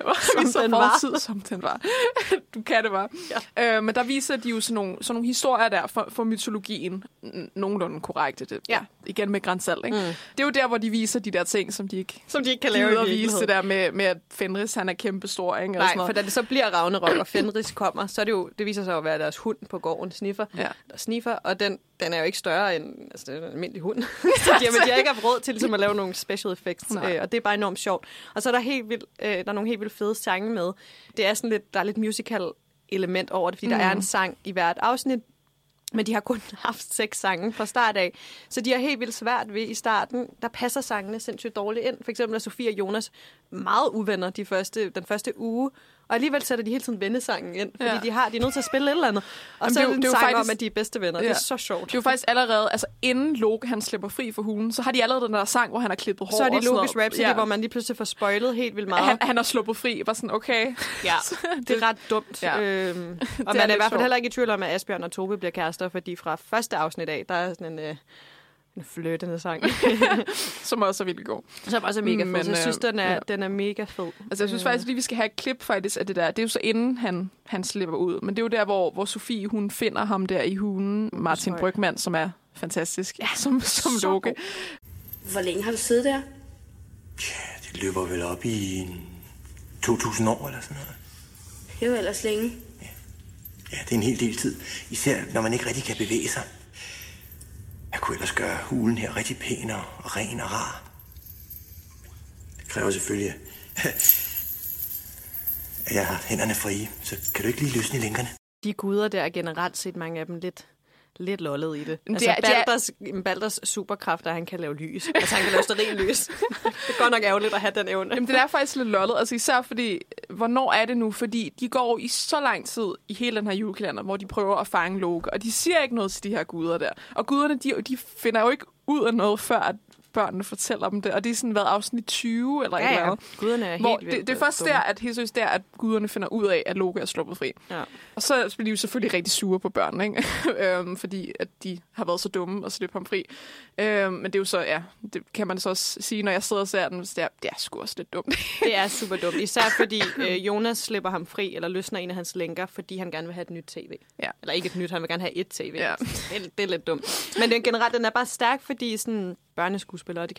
den var. Du kan det bare. Ja. Men der viser de jo sådan nogle historier der for mytologien nogenlunde korrekte. Det, igen med gran salt, ikke? Det er jo der, hvor de viser de der ting, som de ikke kan lave i vise det der med at Fenris, han er kæmpestor, ikke? Nej, for da det så bliver Ragnarok, og Fenris kommer, så er det viser sig at være deres hund på gården, Sniffer, og den er jo ikke større end altså, det er en almindelig hund. Så de har ikke haft råd til ligesom, at lave nogle special effects, og det er bare enormt sjovt. Og så er der nogle helt vildt fede sange med. Det er sådan lidt, der er lidt musical element over det, fordi der er en sang i hvert afsnit, men de har kun haft 6 sange fra start af. Så de har helt vildt svært ved i starten. Der passer sangene sindssygt dårligt ind. For eksempel er Sofie og Jonas meget uvenner den første uge. Og alligevel sætter de hele tiden vennesangen ind. Fordi de er nødt til at spille et eller andet. Og så er det en sang faktisk om, at de er bedste venner. Det er så sjovt. Det er jo faktisk allerede, altså inden Loke han slipper fri for hulen, så har de allerede den der sang, hvor han har klippet hår. Så er det Lokes Rhapsody, hvor man lige pludselig får spoilet helt vildt meget. Han har sluppet fri. Var sådan, okay. Ja, det er ret dumt. Ja. Og man er i hvert fald heller ikke i tvivl om, at Asbjørn og Tove bliver kærester, fordi fra første afsnit af, der er sådan en flirtende sang. Som også er virkelig god. Som også er mega fed. Så jeg synes, den er mega fed. Altså, jeg synes faktisk, at vi skal have et klip faktisk af det der. Det er jo så inden han slipper ud. Men det er jo der, hvor Sofie, hun finder ham der i hulen. Martin Brygmann, som er fantastisk. Ja, som Loke. Hvor længe har du siddet der? Ja, det løber vel op i 2000 år eller sådan noget. Det var ellers længe. Ja, det er en hel del tid. Især når man ikke rigtig kan bevæge sig. Jeg kunne ellers gøre hulen her rigtig pæn og ren og rar. Det kræver selvfølgelig, at jeg har hænderne frie. Så kan du ikke lige løsne i lænkerne? De guder der er generelt set mange af dem lidt lollet i det. Balders superkræfter, han kan lave lys. Altså, han kan lave stearinlys. Det er godt nok ærgerligt at have den evne. Jamen, det er faktisk lidt lollet. Altså, især fordi, hvornår er det nu? Fordi de går i så lang tid i hele den her julekalender, hvor de prøver at fange Loke, og de siger ikke noget til de her guder der. Og guderne, de finder jo ikke ud af noget, før at børnene fortæller dem det, og det er sådan været afsnit 20 eller et eller andet. Guderne er hvor helt vildt det er først der, at guderne finder ud af, at Loke er sluppet fri. Ja. Og så bliver de jo selvfølgelig rigtig sure på børnene, ikke? Fordi at de har været så dumme at slippe ham fri. Men det er jo så, ja, det kan man så også sige, når jeg sidder og ser den, det er sgu også lidt dumt. Det er super dumt, især fordi Jonas slipper ham fri, eller løsner en af hans lænker, fordi han gerne vil have et nyt tv. Ja. Eller ikke et nyt, han vil gerne have et tv. Ja. Det er lidt dumt. Men den er bare stærk, fordi sådan børneskuespillere,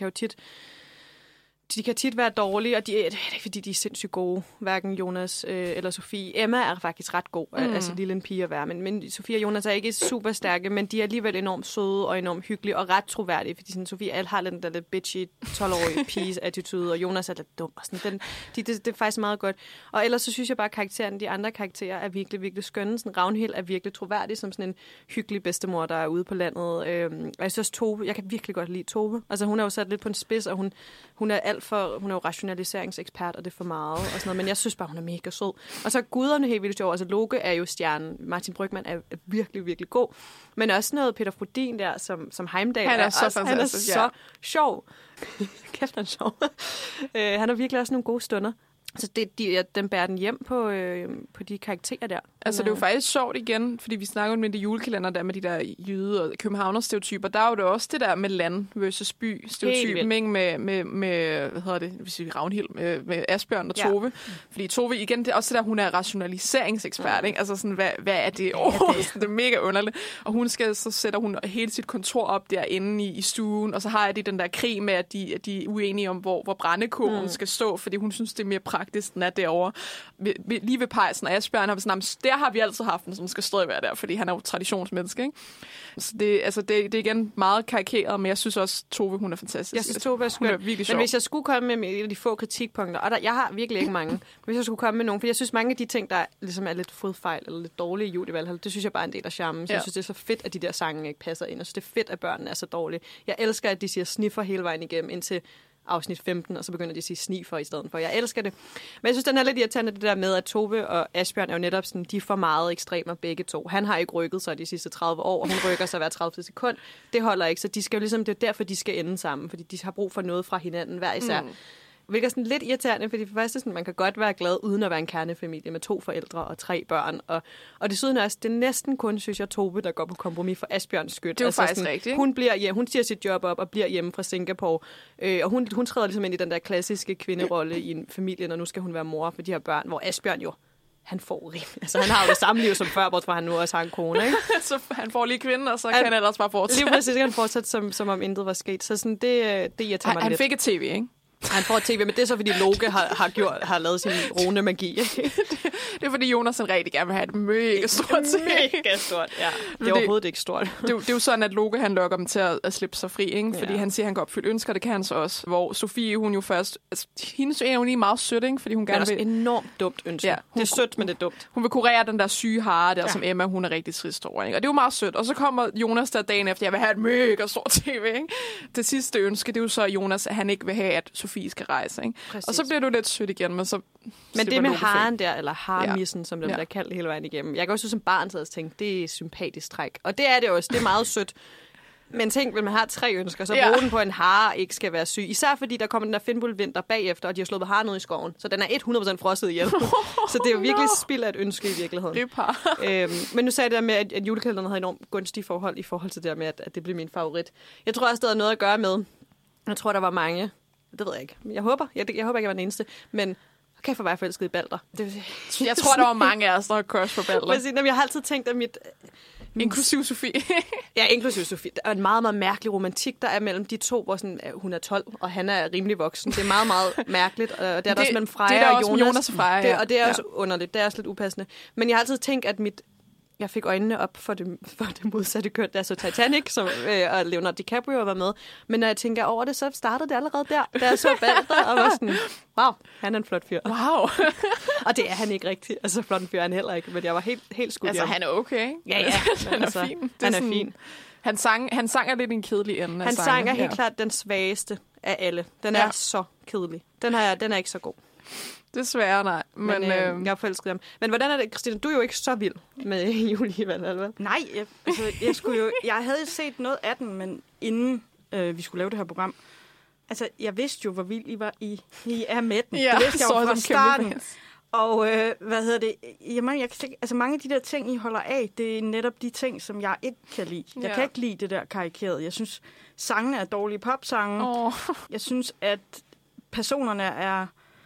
de kan tit være dårlige, og det er ikke, fordi de er sindssygt gode, hverken Jonas eller Sofie. Emma er faktisk ret god, altså lille en pige at være, men Sofie og Jonas er ikke super stærke, men de er alligevel enormt søde og enormt hyggelige og ret troværdige, fordi sådan, Sofie har den der lidt bitchy 12-årige piges attitude, og Jonas er lidt dum. Og sådan, det er faktisk meget godt. Og ellers så synes jeg bare, at de andre karakterer er virkelig, virkelig skønne. Sådan, Ragnhild er virkelig troværdig som sådan en hyggelig bedstemor, der er ude på landet. Og jeg synes Tove, jeg kan virkelig godt lide Tove. Altså hun er jo sat lidt på en spids, og hun er hun er jo rationaliseringsekspert, og det er for meget og sådan noget, men jeg synes bare, hun er mega sød. Og så er guderne helt vildt sjov. Altså Loke er jo stjernen. Martin Brygmann er virkelig, virkelig god. Men også noget Peter Frudin der, som Heimdall han er så også, fantastisk. Han er så sjov. Kæft, han er sjov. Han har virkelig også nogle gode stunder. Så den bærer den hjem på de karakterer der. Altså, det er jo faktisk sjovt igen, fordi vi snakker om det julekalender der med de der jyde- og københavner-stereotyper. Der er jo det også det der med land versus by-stereotypen, ikke? Med hvad hedder det, hvis vi Ragnhild, med Asbjørn og Tove. Ja. Fordi Tove, igen, det er også det der, hun er rationaliseringsekspert, ikke? Altså sådan, hvad er det? Det er mega underligt. Og så sætter hun hele sit kontor op derinde i stuen, og så har de den der krig med, at de er uenige om, hvor brændekålen skal stå, fordi hun synes, det er mere praktisk, den er derovre. Lige ved pejsen, og Asbjørn har vi sådan, der har vi altid haft den, som skal stadig være der, fordi han er jo traditionsmenneske, ikke? Så det er igen meget karikeret, men jeg synes også, Tove, hun er fantastisk. Jeg synes, Tove er skøn. Men hvis jeg skulle komme med et af de få kritikpunkter, og jeg har virkelig ikke mange, men hvis jeg skulle komme med nogen, for jeg synes, mange af de ting, der ligesom er lidt fodfejl eller lidt dårlige i Jul i Valhall, det synes jeg bare er en del af charmen. Så jeg synes, det er så fedt, at de der sange ikke passer ind. Jeg synes, det er fedt, at børnene er så dårlige. Jeg elsker, at de siger sniffer hele vejen igennem indtil afsnit 15, og så begynder de at sige snifer i stedet for. Jeg elsker det. Men jeg synes, den er lidt irriterende, det der med, at Tove og Asbjørn er jo netop sådan, de er for meget ekstremer begge to. Han har ikke rykket sig de sidste 30 år, og hun rykker sig hver 30 sekund. Det holder ikke, så de skal jo ligesom, det er derfor, de skal ende sammen, fordi de har brug for noget fra hinanden hver især. Hvilket er sådan lidt irriterende, fordi for første sådan, man kan godt være glad uden at være en kernefamilie med 2 forældre og 3 børn. Og desuden også, det er næsten kun, synes jeg, Tove, der går på kompromis for Asbjørns skyld. Det er jo altså, faktisk rigtigt. Hun siger sit job op og bliver hjemme fra Singapore. Og hun træder ligesom ind i den der klassiske kvinderolle i en familie, og nu skal hun være mor for de her børn, hvor Asbjørn jo, han får rimelig. Altså, han har jo det samme liv som før, bortset fra han nu også har en kone, ikke? Så han får lige kvinden, og så kan han ellers bare fortsætte. Lige præcis, han fortsætte, som om intet var sket. Så sådan, det irriterer mig lidt. Han fik et tv, ikke? Han får et tv, men det er så, fordi Loke har lavet sin rune magi. Det er, fordi Jonas rigtig gerne vil have et mega stort tv. Mega stort, ja. Det er overhovedet ikke stort. Det er jo sådan, at Loke han lokker dem til at slippe sig fri, ikke? Fordi han siger, at han kan opfylde ønsker, det kan han så også. Hvor Sofie, hun jo først... Altså, hendes er jo lige meget sødt, ikke? Fordi hun gerne vil... Det er også enormt dumt ønske. Ja, det er sødt, men det er dumt. Hun vil kurere den der syge hare der, som Emma, hun er rigtig trist over, ikke? Og det er jo meget sødt. Og så kommer Jonas der dagen efter, jeg vil have et mega stort tv, ikke? Det sidste ønske, det er jo så Jonas, at han ikke vil have, at Sofie skal rejse, ikke? Og så bliver du lidt sødt igen, men så... Men det med haren der, eller harmissen, som den bliver kaldt hele vejen igennem. Jeg kan også som barn sidde og tænke, det er sympatisk træk. Og det er det også. Det er meget sødt. Men tænk, hvis man har 3 ønsker, så bruger den på en hare ikke skal være syg. Især fordi der kommer den der Finnbull-vinter bagefter, og de har slået haren ud i skoven. Så den er 100% frosset ihjel. Så det er jo virkelig spild af et ønske i virkeligheden. Det er par. Men nu sagde jeg det der med, at julekalenderen havde enormt gunstige forhold i forhold til det der med, at det blev min favorit. Jeg tror også, det havde noget at gøre med. Jeg tror, der var mange. Det ved jeg ikke. Jeg håber ikke, jeg var den eneste. Men okay, for mig forelsket i Balder. Jeg tror, der var mange af os, der har crush på Balder. Jeg har altid tænkt, at Inklusiv Sofie. Ja, inklusiv Sofie. Der er en meget, meget mærkelig romantik, der er mellem de to, hvor sådan, hun er 12, og han er rimelig voksen. Det er meget, meget mærkeligt. Og det er der også mellem Freja og Jonas. Og Freja, ja. Og det er også underligt. Det er også lidt upassende. Men jeg har altid tænkt, at jeg fik øjnene op for det modsatte køn, da jeg så Titanic, og Leonardo DiCaprio var med. Men når jeg tænker over det, så startede det allerede der, da jeg så Balder, og var sådan, wow, han er en flot fyr. Wow. Og det er han ikke rigtigt. Altså, flot fyr er han heller ikke, men jeg var helt skudt. Altså, han er okay. Ja. Han er fin. Han er fin. Han sang er lidt en kedelig ende. Han sang er helt klart den svageste af alle. Den er så kedelig. Den er ikke så god. Desværre, nej. Men jeg er forelsket ham. Men hvordan er det, Christina? Du er jo ikke så vild med Julevalg, eller hvad? Nej, jeg havde set noget af den, men inden vi skulle lave det her program, altså, jeg vidste jo, hvor vild I var I er med den. Ja, det vidste jeg jo fra starten. Og jamen, jeg kan altså mange af de der ting, I holder af, det er netop de ting, som jeg ikke kan lide. Jeg kan ikke lide det der karikerede. Jeg synes, sangene er dårlige popsange. Jeg synes, at personerne er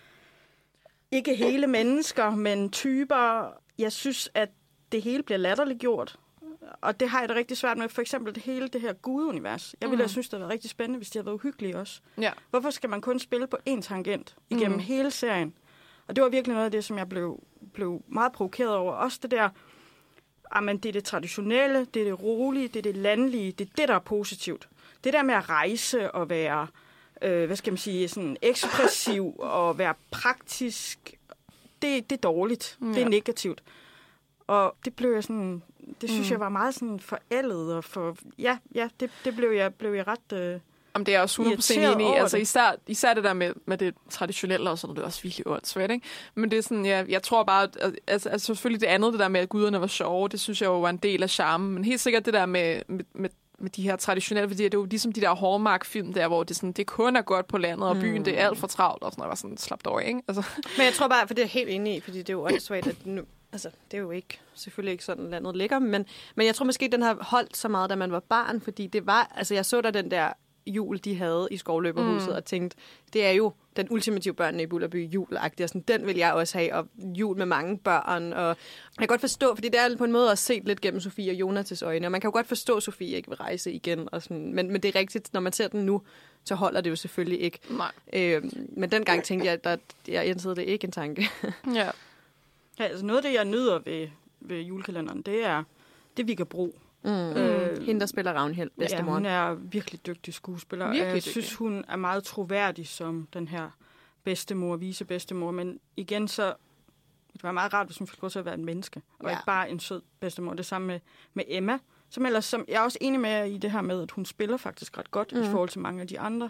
ikke hele mennesker, men typer. Jeg synes, at det hele bliver latterliggjort. Og det har jeg da rigtig svært med. For eksempel det her Gud-univers. Jeg ville have synes, det var rigtig spændende, hvis de havde været uhyggelige også. Ja. Hvorfor skal man kun spille på én tangent igennem hele serien? Og det var virkelig noget af det, som jeg blev meget provokeret over. Også det der, men det er det traditionelle, det er det rolige, det er det landlige, det er det, der er positivt. Det der med at rejse og være, sådan ekspressiv og være praktisk, det er dårligt. Ja. Det er negativt. Og det blev jeg sådan, det synes jeg var meget sådan forældet og for, det blev jeg ret... Om det er også 100% enig i. Altså især det der med det traditionelle og sådan, det er også virkelig åndssvagt, ikke? Men det er sådan, jeg tror bare, altså selvfølgelig det andet, det der med, at guderne var sjove, det synes jeg jo var en del af charmen. Men helt sikkert det der med de her traditionelle, fordi det er jo ligesom de der Hallmark-film der, hvor det, sådan, det kun er godt på landet, og byen, det er alt for travlt, og sådan noget, var sådan slapt over, ikke? Altså. Men jeg tror bare, for det er helt enig i, fordi det er jo åndssvagt, at nu, altså, det er jo selvfølgelig ikke sådan, landet ligger, men jeg tror måske, den har holdt så meget, da man var barn, fordi det var, altså jeg så der den der jul, de havde i Skovløberhuset, og tænkte, det er jo den ultimative børnene i Bulderby jul-agtig, og sådan, den vil jeg også have, og jul med mange børn, og jeg kan godt forstå, fordi det er på en måde også set lidt gennem Sofie og Jonas' øjne, og man kan jo godt forstå, at Sofie ikke vil rejse igen, og sådan, men det er rigtigt, når man ser den nu, så holder det jo selvfølgelig ikke. Nej. Men dengang tænkte jeg, at jeg indsede det ikke en tanke. Ja, altså noget af det, jeg nyder ved julekalenderen, det er vi kan bruge. Hende, der spiller Ragnhild, bedstemor. Ja, hun er virkelig dygtig skuespiller. Jeg synes, hun er meget troværdig som den her vicebedstemor. Men igen, så det var meget rart, hvis hun fik lov til at være en menneske, og ikke bare en sød bedstemor. Det samme med Emma, som jeg er også enig med i det her med, at hun spiller faktisk ret godt i forhold til mange af de andre.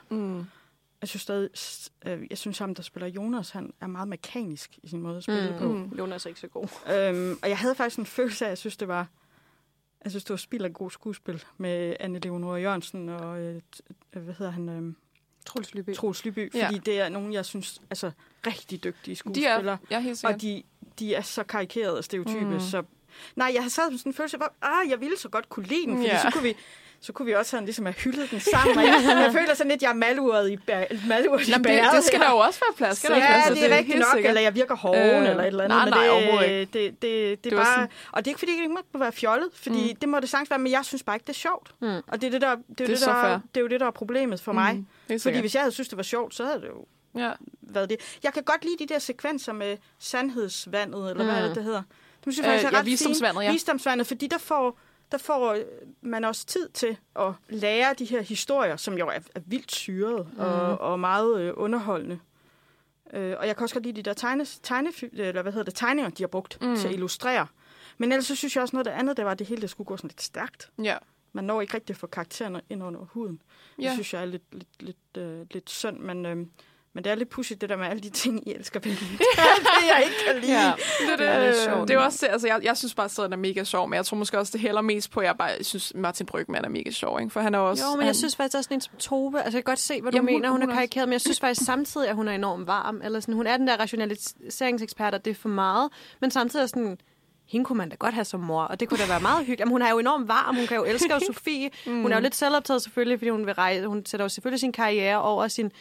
Jeg synes ham, der spiller Jonas, han er meget mekanisk i sin måde at spille på. Jonas er ikke så god. Og jeg havde faktisk en følelse af, at jeg synes, det var spild af god skuespil med Anne Leonora Jørgensen og, hvad hedder han? Troels Lyby. Fordi det er nogen, jeg synes, altså rigtig dygtige skuespillere. Og de er så karikerede og stereotype, så... Nej, jeg havde sådan en følelse af, jeg ville så godt kunne lide den, fordi så kunne vi også sådan ligesom have hyldet den sammen. Jeg føler sådan lidt, jeg er maluret i bæret. Det skal der jo også være plads til. Ja, det er rigtigt nok, sikkert. Eller jeg virker hoven, eller et eller andet. Nej, overhovedet ikke. Det er bare... Sådan... Og det er ikke, fordi det ikke må være fjollet, fordi det må det sagtens være, men jeg synes bare ikke, det er sjovt. Og det er jo det, der er problemet for mig. Fordi hvis jeg havde synes, det var sjovt, så havde det jo været det. Jeg kan godt lide de der sekvenser med sandhedsvandet, eller hvad det hedder. Det synes jeg faktisk er ret visdomsvandet, visdomsvandet, fordi der får man også tid til at lære de her historier, som jo er vildt syrede og meget underholdende. Og jeg kan også godt lide de der tegninger, de har brugt til at illustrere. Men ellers så synes jeg også noget af det andet, det var, at det hele det skulle gå sådan lidt stærkt. Ja. Man når ikke rigtig at få karaktererne ind under huden. Det synes jeg er lidt synd, men det er lidt pudsigt, det der med alle de ting, I elsker ved det jeg ikke kan lide. Ja, det er også, altså, jeg synes bare, at serien er mega sjov, men jeg tror måske også, det hælder mest på, jeg synes, Martin Brygmann er mega sjov, ikke? For han er også... Jo, men jeg synes faktisk også sådan en som Tove, altså jeg kan godt se, hvad du mener, hun er karikeret, men jeg synes faktisk samtidig, at hun er enormt varm, eller sådan, hun er den der rationaliseringsekspert, og det er for meget, men samtidig er sådan... Hende kunne man da godt have som mor, og det kunne da være meget hyggeligt. Jamen, hun er jo enormt varm, hun kan jo elske Sofie. Hun er jo lidt selvoptaget selvfølgelig, fordi hun vil rejse. Hun sætter jo selvfølgelig sin karriere over sin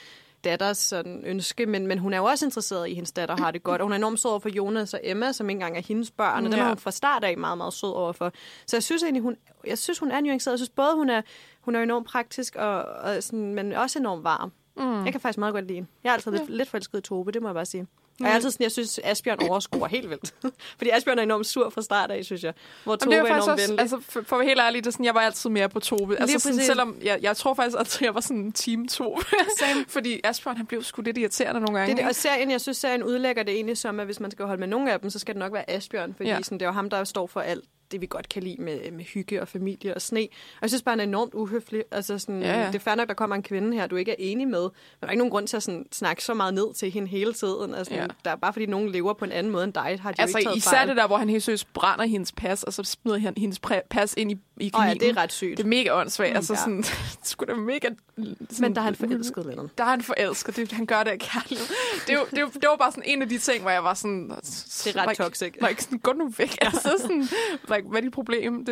datters sådan ønske, men hun er jo også interesseret i, at hendes datter har det godt. Og hun er enormt sød over for Jonas og Emma, som ikke engang er hendes børn. Og dem er hun fra start af meget, meget sød overfor. Så jeg synes egentlig, hun er nuanceret. Jeg synes både, hun er enormt praktisk, og sådan, men også enormt varm. Jeg kan faktisk meget godt lide hende. Jeg er altid lidt forelsket i Tove, det må jeg bare sige. Og jeg er altid sådan, jeg synes, Asbjørn overscorer helt vildt. Fordi Asbjørn er enormt sur fra start af, synes jeg. Hvor Tove er enormt venlig. Altså, for at være helt ærlig, det er sådan, jeg var altid mere på Tove. Altså, sådan, selvom jeg tror faktisk, at jeg var sådan team Tove. Fordi Asbjørn, han blev sgu lidt irriterende nogle gange. Det, og jeg synes, serien udlægger det egentlig som, at hvis man skal holde med nogle af dem, så skal det nok være Asbjørn. Fordi sådan, det er jo ham, der står for alt det, vi godt kan lide med hygge og familie og sne. Og jeg synes bare, han er enormt uhøflig. Altså sådan, det er fair nok, der kommer en kvinde her, du ikke er enig med. Men der er ikke nogen grund til at sådan, snakke så meget ned til hende hele tiden. Altså, der er bare fordi nogen lever på en anden måde end dig, har de jo ikke taget især fejl. det der, hvor han helt seriøst brænder hendes pas, og så smider han hendes pas ind i kaminen. Ja, det er ret sygt. Det er mega åndssvagt. Altså sådan, det skulle da mega... Sådan, men der er han forelsket, Lennon. Der er han forelsket. Han gør det af kærlighed. Det var bare sådan en af de ting, hvor jeg var sådan... Det er ret toxic. Sådan, gå nu væk. Altså sådan, hvad er dit problem?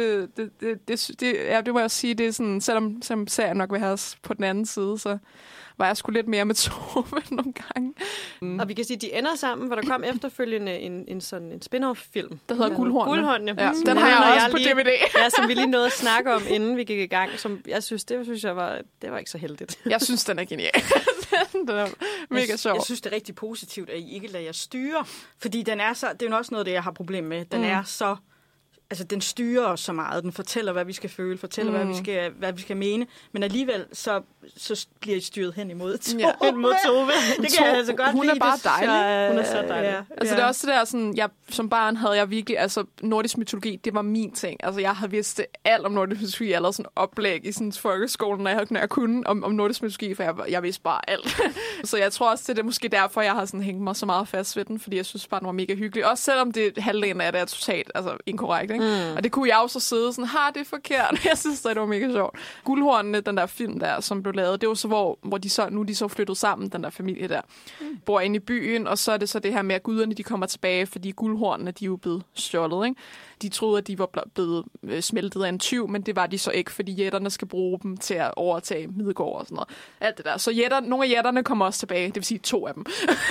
Det må jeg sige, det er sådan, selvom serien nok vil have os på den anden side, så var jeg sgu lidt mere med Tove nogle gange. Og vi kan sige, at de ender sammen, hvor der kom efterfølgende en spin-off-film. Der hedder Guldhornene. Guldhornene. Ja, den har jeg også på DVD. Ja, som vi lige nåede at snakke om, inden vi gik i gang. Som jeg synes, det var ikke så heldigt. Jeg synes, den er genial. Den er mega sjov. Jeg synes, det er rigtig positivt, at I ikke lader jer styre. Fordi det er jo også noget, det jeg har problem med. Den er så... Altså, den styrer os så meget. Den fortæller, hvad vi skal føle, fortæller, hvad vi skal mene. Men alligevel, så bliver I styret hen imod Tove. Det kan jeg altså godt hun lide. Er bare dejlig. Hun er så dejlig. Ja. Altså, det er også det der, sådan, som barn havde jeg virkelig, altså, nordisk mytologi, det var min ting. Altså, jeg havde vidst alt om nordisk mytologi. Jeg lavede sådan oplæg i sådan folkeskolen, når jeg kunne om nordisk mytologi, for jeg vidste bare alt. Så jeg tror også, det er måske derfor, jeg har sådan hængt mig så meget fast ved den, fordi jeg synes bare, den var mega hyggelig. Også selvom det halvdelen af det er totalt inkorrekt, ikke? Og det kunne jeg også sidde sådan, det er forkert. Jeg synes, det var mega sjovt. Guldhornene, den der film der, som blev lavet, det var så, hvor de så flyttet sammen, den der familie der. Bor inde i byen, og så er det så det her med, at guderne, de kommer tilbage, fordi guldhornene, de er jo blevet stjålet, ikke? De troede, at de var blevet smeltet af en tyv, men det var de så ikke, fordi jætterne skal bruge dem til at overtage Midgård og sådan noget. Alt det der. Så nogle af jætterne kommer også tilbage, det vil sige 2 af dem.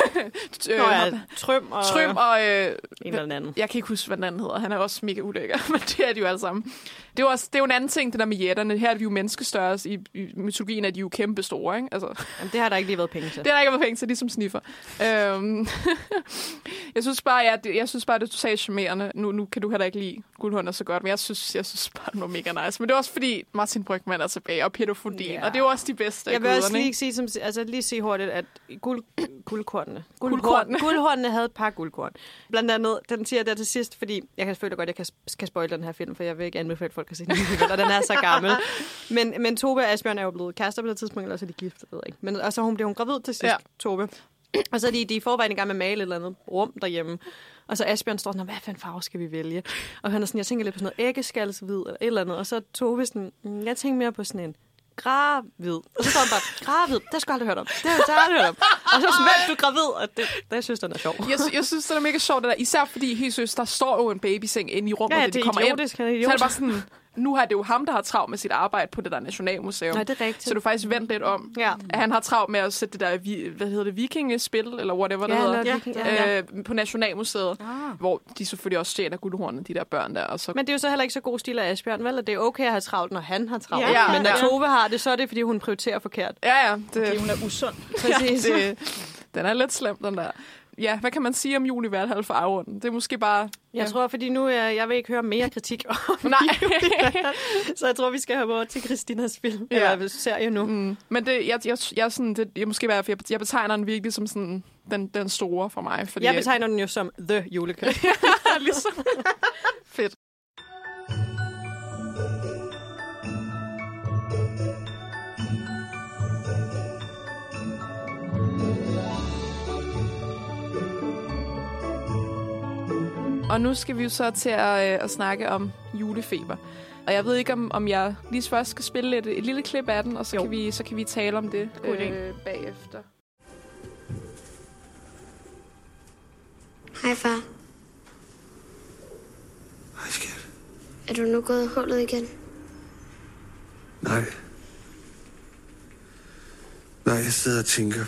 Trym og en eller anden. Jeg kan ikke huske, hvad den anden hedder. Han er også mega ulækker, men det er de jo alle sammen. Det er jo en anden ting, det der med jætterne. Her er vi jo menneskestørrelse. I mytologien er de jo kæmpe store, ikke? Altså, jamen, det har der ikke lige været penge til. Det har der ikke været penge til, de som sniffer. Jeg synes bare, det er totalt charmerende. Nu kan du heller ikke lide Guldhornene så godt, men jeg synes bare, det var mega nice. Men det er også fordi Martin Brygmann er tilbage, og Peter Fodin, og det er jo også de bedste af guderne. Jeg vil også lige sige hurtigt, at guldkornene havde et par guldkorn. Blandt andet, den siger der til sidst, fordi jeg kan selvfølgelig godt, jeg kan spoile den her film, for jeg vil ikke anbefale folk at se den, og den er så gammel. Men Tove og Asbjørn er jo blevet kærester på det tidspunkt, eller så er de gift, ved jeg ikke. Men og så blev hun gravid til sidst, Tove. Og så er de i forvejen i gang med at male et eller andet rum derhjemme. Og så Asbjørn står sådan, hvad for en farve skal vi vælge? Og han er sådan, jeg tænker lidt på sådan noget æggeskalshvid eller et eller andet. Og så Tove sådan, jeg tænker mere på sådan en gravid. Og så står han bare, gravid, det skal jeg aldrig hørt om. Det har jeg aldrig hørt om. Og så sådan, du er gravid? Og det synes den er sjov. Jeg synes, det er mega sjovt, det der. Især fordi, helt seriøst, der står jo en babyseng inde i rummet, ja, og de kommer idiotisk, ind. Så er det bare sådan, nu har det jo ham, der har travlt med sit arbejde på det der Nationalmuseum. Nej, det er rigtigt. Så du faktisk vendt lidt om, at han har travlt med at sætte det der, vikingespil, eller whatever det hedder, på Nationalmuseet, hvor de selvfølgelig også stjæler guldhornene, de der børn der. Og så... Men det er jo så heller ikke så god stil af Asbjørn, vel? Det er okay at have travlt, når han har travlt. Ja, men når Tove har det, så er det, fordi hun prioriterer forkert. Ja. Fordi hun er usund. Præcis. Den er lidt slem, den der. Ja, hvad kan man sige om Julie Valhall for afrunden? Det er måske bare... Jeg tror, fordi nu jeg vil ikke høre mere kritik om nej. Så jeg tror, vi skal have over til Christinas film. Eller serie nu. Men jeg måske være, jeg betegner den virkelig som sådan den store for mig. Fordi jeg betegner den jo som The julekalender. Ligesom. Fedt. Og nu skal vi jo så til at snakke om julefeber. Og jeg ved ikke, om jeg lige først skal spille et lille klip af den, og så kan vi tale om det bagefter. Hej, far. Hej, skat. Er du nu gået i hullet igen? Nej. Nej, jeg sidder og tænker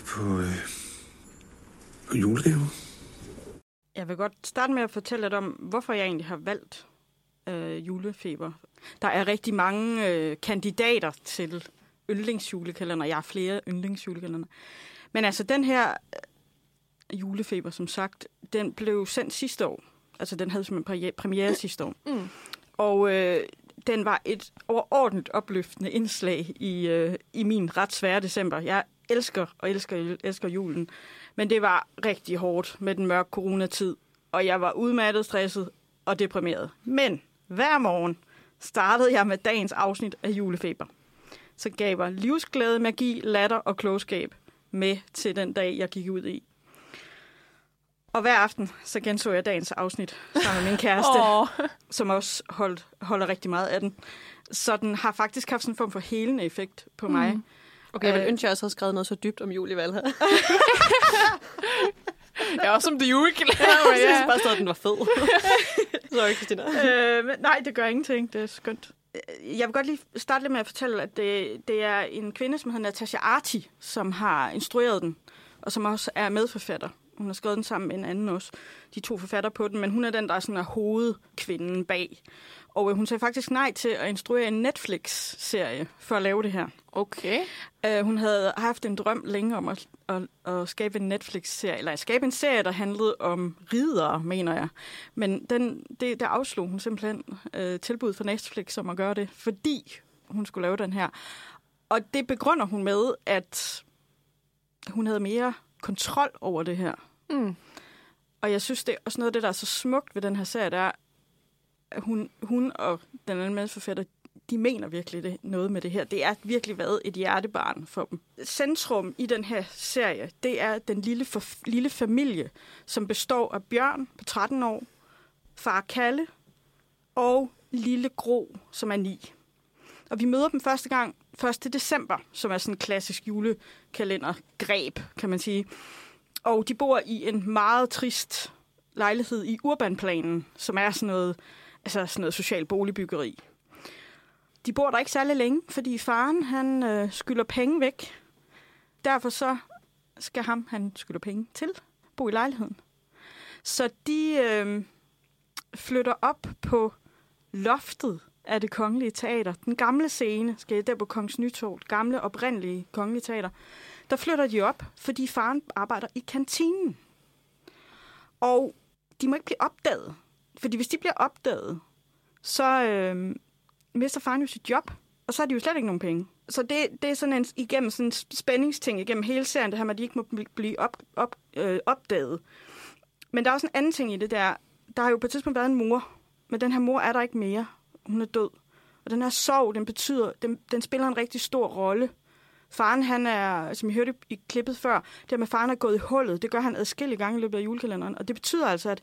på julegave. Jeg vil godt starte med at fortælle lidt om, hvorfor jeg egentlig har valgt julefeber. Der er rigtig mange kandidater til yndlingsjulekalender. Jeg har flere yndlingsjulekalender. Men altså, den her julefeber, som sagt, den blev sendt sidste år. Altså, den havde simpelthen premiere sidste år. Mm. Og den var et overordentligt opløftende indslag i min ret svære december. Jeg elsker julen. Men det var rigtig hårdt med den mørke coronatid. Og jeg var udmattet, stresset og deprimeret. Men hver morgen startede jeg med dagens afsnit af Julefeber. Så gav jeg livsglæde, magi, latter og klogskab med til den dag, jeg gik ud i. Og hver aften, så genså jeg dagens afsnit sammen med min kæreste, som også holder rigtig meget af den. Så den har faktisk haft sådan en form for helende effekt på mig. Okay, jeg ville ønske, jeg også havde skrevet noget så dybt om jul i Valhall. Ja, også som det julekalender. Jeg synes bare stadig, at den var fed. Sorry, Christina. Nej, det gør ingenting. Det er skønt. Jeg vil godt lige starte lidt med at fortælle, at det er en kvinde, som hedder Natasha Arti, som har instrueret den, og som også er medforfatter. Hun har skrevet den sammen med en anden også, de 2 forfatter på den, men hun er den, der er sådan hovedkvinden bag. Og hun sagde faktisk nej til at instruere en Netflix-serie for at lave det her. Okay. Hun havde haft en drøm længe om at skabe en Netflix-serie, eller at skabe en serie, der handlede om riddere, mener jeg. Men det afslog hun simpelthen tilbud fra Netflix om at gøre det, fordi hun skulle lave den her. Og det begrunder hun med, at hun havde mere kontrol over det her. Mm. Og jeg synes, det er også noget af det, der er så smukt ved den her serie, der er, at hun og den anden medforfatter, de mener virkelig noget med det her. Det er virkelig været et hjertebarn for dem. Centrum i den her serie, det er den lille familie, som består af Bjørn på 13 år, far Kalle og lille Gro, som er 9. Og vi møder dem første gang 1. december, som er sådan en klassisk julekalendergreb, kan man sige. Og de bor i en meget trist lejlighed i Urbanplanen, som er sådan noget social boligbyggeri. De bor der ikke særlig længe, fordi faren han skylder penge væk. Derfor så skal han skylder penge til bo i lejligheden. Så de flytter op på loftet af Det Kongelige Teater. Den gamle scene, skal der på Kongens Nytorv, det gamle oprindelige Kongelige Teater. Der flytter de op, fordi faren arbejder i kantinen. Og de må ikke blive opdaget. Fordi hvis de bliver opdaget, så mister faren jo sit job, og så har de jo slet ikke nogen penge. Så det er sådan igennem sådan en spændingsting igennem hele serien, det her med, at de ikke må blive opdaget. Men der er også en anden ting i det der. Der har jo på et tidspunkt været en mor, men den her mor er der ikke mere. Hun er død. Og den her sorg, den spiller en rigtig stor rolle. Faren, han er, som I hørte i klippet før, det med faren er gået i hullet, det gør han adskillige gange i løbet af julekalenderen. Og det betyder altså,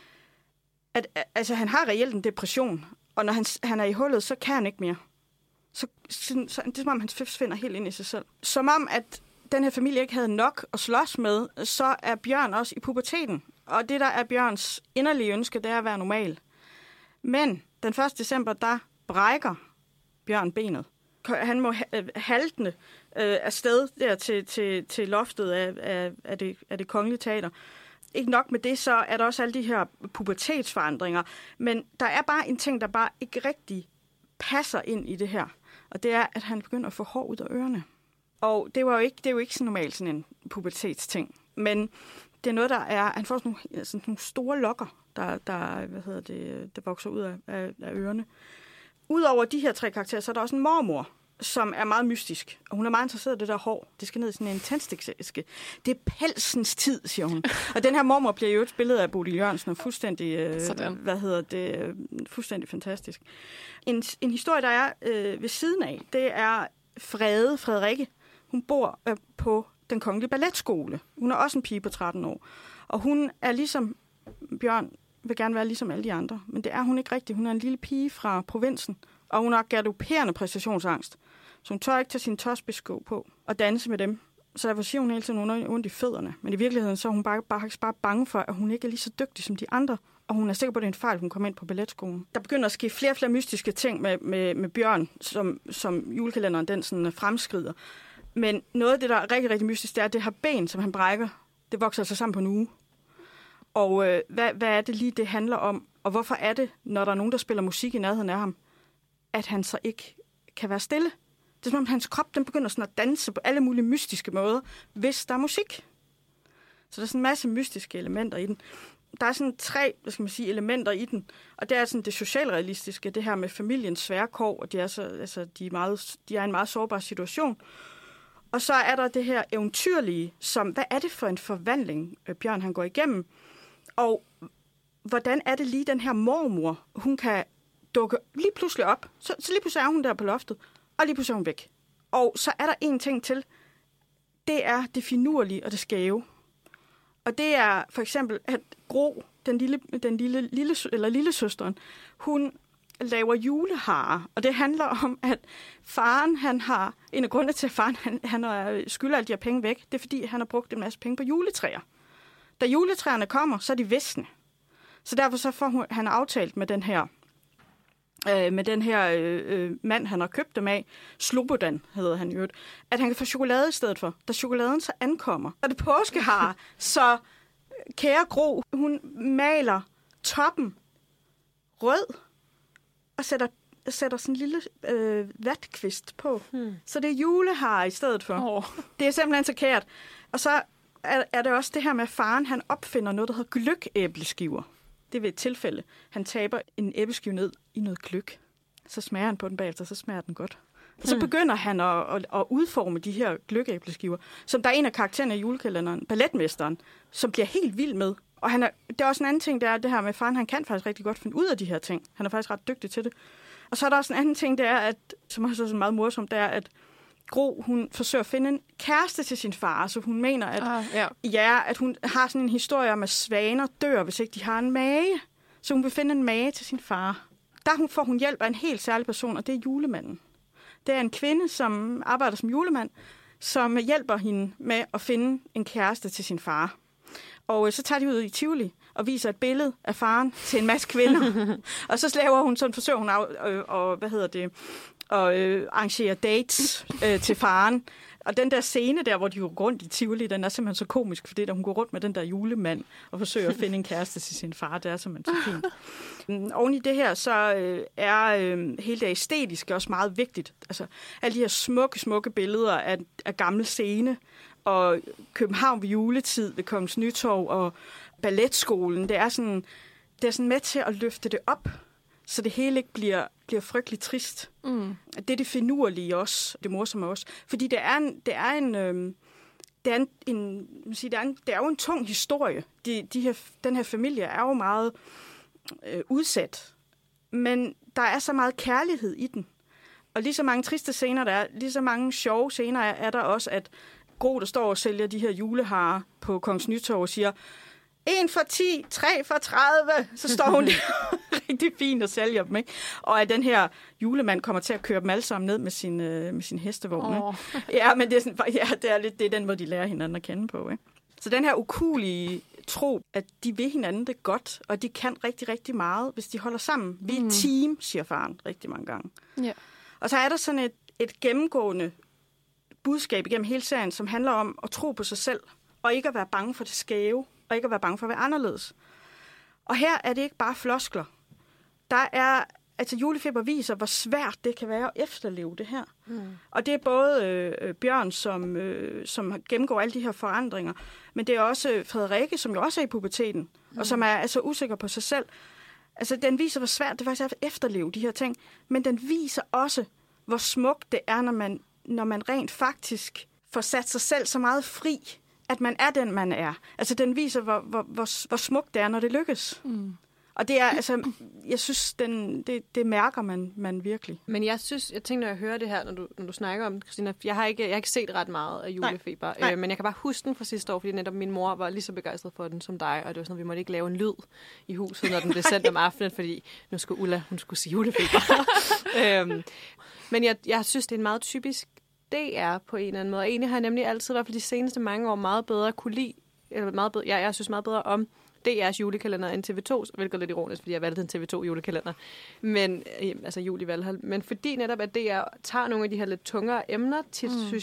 at han har reelt en depression. Og når han er i hullet, så kan han ikke mere. Så det er som om, han forsvinder helt ind i sig selv. Som om, at den her familie ikke havde nok at slås med, så er Bjørn også i puberteten. Og det, der er Bjørns inderlige ønske, det er at være normal. Men den 1. december, der brækker Bjørn benet. Han må haltende afsted der til loftet af det Kongelige Teater. Ikke nok med det, så er der også alle de her pubertetsforandringer. Men der er bare en ting, der bare ikke rigtig passer ind i det her. Og det er, at han begynder at få hår ud af ørerne. Og det er jo ikke så normalt sådan en pubertetsting. Men det er noget, der er... Han får sådan nogle store lokker, der vokser ud af ørerne. Udover de her 3 karakterer, så er der også en mormor, som er meget mystisk. Og hun er meget interesseret i det der hår. Det skal ned i sådan en tændstikæske. Det er pelsens tid, siger hun. Og den her mormor bliver jo et billede af Bodil Jørgensen, og fuldstændig, fuldstændig fantastisk. En historie, der er ved siden af, det er Frederikke. Hun bor på den Kongelige Balletskole. Hun er også en pige på 13 år. Og hun er ligesom Bjørn, vil gerne være ligesom alle de andre. Men det er hun ikke rigtigt. Hun er en lille pige fra provinsen, og hun har galopperende præstationsangst. Så hun tør ikke tage sine tåspidssko på og danse med dem. Så derfor siger hun hele tiden, at hun har ondt i fødderne. Men i virkeligheden så er hun bare bange for, at hun ikke er lige så dygtig som de andre. Og hun er sikker på, at det er en fejl, hun kommer ind på balletskolen. Der begynder at ske flere og flere mystiske ting med Bjørn, som julekalenderen den sådan fremskrider. Men noget af det, der er rigtig, rigtig mystisk, det er, at det her ben, som han brækker, det vokser altså sammen på en uge. Og hvad er det lige, det handler om? Og hvorfor er det, når der er nogen, der spiller musik i nærheden af ham, at han så ikke kan være stille? Det er som om, hans krop den begynder sådan at danse på alle mulige mystiske måder, hvis der er musik. Så der er sådan en masse mystiske elementer i den. Der er sådan 3, elementer i den. Og det er sådan det socialrealistiske, det her med familiens svære kår, og de er i en meget sårbar situation. Og så er der det her eventyrlige, som, hvad er det for en forvandling, Bjørn han går igennem? Og hvordan er det lige den her mormor, hun kan dukke lige pludselig op. Så lige pludselig er hun der på loftet, og lige pludselig er hun væk. Og så er der en ting til. Det er det finurlige og det skæve. Og det er for eksempel, at Gro, den lille søsteren, hun laver juleharer. Og det handler om, at faren, han har... En af grundene til, at faren han skylder alle de her penge væk, det er, fordi han har brugt en masse penge på juletræer. Da juletræerne kommer, så er de visne. Så derfor så får han aftalt med den her mand, han har købt dem af, Slobodan hedder han jo, at han kan få chokolade i stedet for. Da chokoladen så ankommer, og det påskehar, så kære Gro, hun maler toppen rød, og sætter sådan en lille vatkvist på. Så det er julehar i stedet for. Det er simpelthen så kært. Og så er det også det her med, at faren han opfinder noget, der hedder gløgæbleskiver. Det er ved et tilfælde. Han taber en æbleskive ned i noget gløg. Så smager han på den bagefter, så smager den godt. Og så begynder han at udforme de her gløgæbleskiver, som der er en af karaktererne i julekalenderen, balletmesteren, som bliver helt vild med. Og det er også en anden ting, det er det her med, at faren han kan faktisk rigtig godt finde ud af de her ting. Han er faktisk ret dygtig til det. Og så er der også en anden ting, det er, at, som også er så meget morsomt, det er, at Gro, hun forsøger at finde en kæreste til sin far, så hun mener, at hun har sådan en historie om, at svaner dør, hvis ikke de har en mage. Så hun vil finde en mage til sin far. Der får hun hjælp af en helt særlig person, og det er julemanden. Det er en kvinde, som arbejder som julemand, som hjælper hende med at finde en kæreste til sin far. Og så tager de ud i Tivoli og viser et billede af faren til en masse kvinder. Og så laver hun sådan, forsøger hun og arrangerer dates til faren. Og den der scene der, hvor de går rundt i Tivoli, den er simpelthen så komisk, fordi hun går rundt med den der julemand og forsøger at finde en kæreste til sin far. Det er simpelthen så fint. Oven i det her, så er hele det æstetiske også meget vigtigt. Altså alle de her smukke billeder af gamle scene, og København ved juletid ved Kongens Nytorv og balletskolen, det er sådan med til at løfte det op, så det hele ikke bliver frygteligt trist. Det er det finurlige også, det morsomme også. Fordi det er jo en tung historie. Den her familie er jo meget udsat. Men der er så meget kærlighed i den. Og lige så mange triste scener der er, lige så mange sjove scener er der også, at Gro, der står og sælger de her juleharer på Kongens Nytorv og siger, 1 for 10, 3 for 30, så står hun rigtig fint og sælger dem, ikke? Og at den her julemand kommer til at køre dem alle sammen ned med sin hestevogn. Ja, men det er sådan, det er den måde, de lærer hinanden at kende på, ikke? Så den her ukuelige tro, at de vil hinanden det godt, og de kan rigtig, rigtig meget, hvis de holder sammen. Vi er et team, siger faren rigtig mange gange. Ja. Og så er der sådan et gennemgående budskab igennem hele serien, som handler om at tro på sig selv, og ikke at være bange for det skæve, og ikke at være bange for at være anderledes. Og her er det ikke bare floskler. Julefeber viser, hvor svært det kan være at efterleve det her. Og det er både Bjørn, som gennemgår alle de her forandringer, men det er også Frederikke, som jo også er i puberteten, og som er altså usikker på sig selv. Altså, den viser, hvor svært det faktisk er at efterleve de her ting, men den viser også, hvor smukt det er, når man rent faktisk får sat sig selv så meget fri, at man er den, man er. Altså, den viser, hvor smukt det er, når det lykkes. Og det er, altså, jeg synes, det mærker man virkelig. Men jeg tænker, når jeg hører det her, når du snakker om det, Christina, jeg har ikke set ret meget af Julefeber, Nej. Men jeg kan bare huske den fra sidste år, fordi netop min mor var lige så begejstret for den som dig, og det var sådan, at vi måtte ikke lave en lyd i huset, når den blev sendt om aftenen, fordi nu skulle Ulla, hun skulle sige Julefeber. Men jeg synes, det er en meget typisk DR på en eller anden måde. Og egentlig har jeg nemlig altid, i hvert fald de seneste mange år, meget bedre kunne lide, jeg synes meget bedre om DR's julekalender end TV2's, hvilket er lidt ironisk, fordi jeg valgte en TV2 julekalender, men altså Jul i Valhall. Men fordi netop, at DR tager nogle af de her lidt tungere emner, tit synes jeg,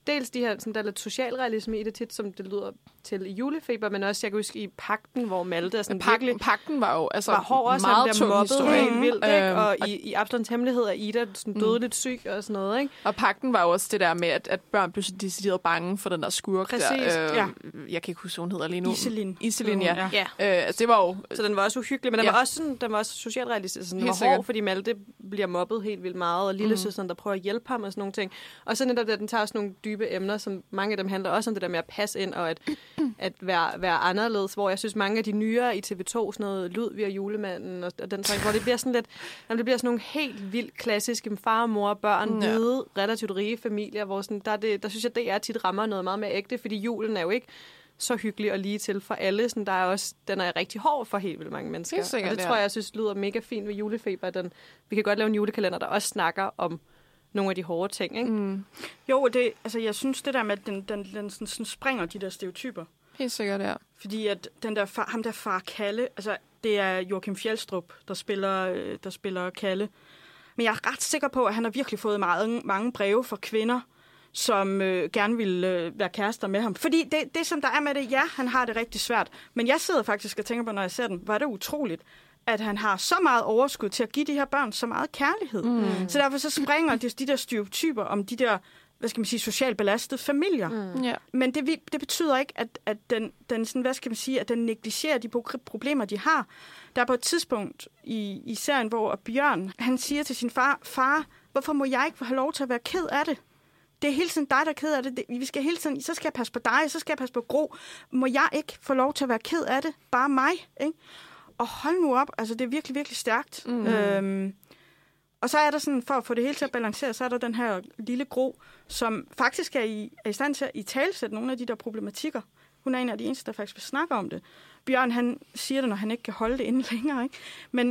dels de her, sådan, der er lidt socialrealisme i det tit, som det lyder til i Julefeber, men også, jeg kan huske, i Pagten, hvor Malte er sådan virkelig... Pagten var jo altså var hård, også, meget tung historie. Helt vildt, ikke? Og i Absalons Hemmelighed er Ida sådan dødeligt syg og sådan noget, ikke? Og Pagten var jo også det der med, at børn blev så decideret bange for den der skurk. Præcis, der. Jeg kan ikke huske, hvad hun hedder lige nu. Iselin, ja. Ja. Det var jo... Så den var også uhyggelig, men den var også sådan, den var også socialrealistisk. Den var hård, fordi Malte bliver mobbet helt vildt meget, og lillesøsteren, der prøver at hjælpe ham og sådan nogle ting. Og så netop, den tager også nogle dybe emner, som mange af dem handler også om det der med at passe ind, og at være anderledes, hvor jeg synes, mange af de nyere i TV2, sådan noget Ludvig og Julemanden, og den slags, hvor det bliver sådan lidt, det bliver sådan nogle helt vildt klassiske far, mor, børn, hvide, relativt rige familier, hvor sådan, der synes jeg, det er tit rammer noget meget mere ægte, fordi julen er jo ikke så hyggelig og lige til for alle. Sådan, der er også, den er rigtig hård for helt vildt mange mennesker. Sikkert, og det tror jeg synes lyder mega fint ved Julefeber. Vi kan godt lave en julekalender, der også snakker om nogle af de hårde ting, ikke? Mm. Jo, jeg synes det der med, at den sådan springer de der stereotyper. Helt sikkert, ja. Fordi at ham der far Kalle, altså det er Joachim Fjeldstrup, der spiller Kalle. Men jeg er ret sikker på, at han har virkelig fået mange breve fra kvinder, som gerne vil være kærester med ham. Fordi det, som der er med det, ja, han har det rigtig svært. Men jeg sidder faktisk og tænker på, når jeg ser den, var det utroligt, at han har så meget overskud til at give de her børn så meget kærlighed. Mm. Så derfor så springer de der stereotyper om de der, hvad skal man sige, socialt belastede familier. Mm. Yeah. Men det betyder ikke, at den sådan, hvad skal man sige, at den negligerer de problemer, de har. Der er på et tidspunkt i serien, hvor Bjørn, han siger til sin far, hvorfor må jeg ikke have lov til at være ked af det? Det er hele tiden dig, der er ked af det. Vi skal hele tiden, så skal jeg passe på dig, så skal jeg passe på Gro. Må jeg ikke få lov til at være ked af det? Bare mig, ikke? Og hold nu op, altså det er virkelig, virkelig stærkt. Mm. Og så er der sådan, for at få det hele til at balancere, så er der den her lille Gro, som faktisk er i stand til at italesætte nogle af de der problematikker. Hun er en af de eneste, der faktisk vil snakke om det. Bjørn, han siger det, når han ikke kan holde det inde længere, ikke?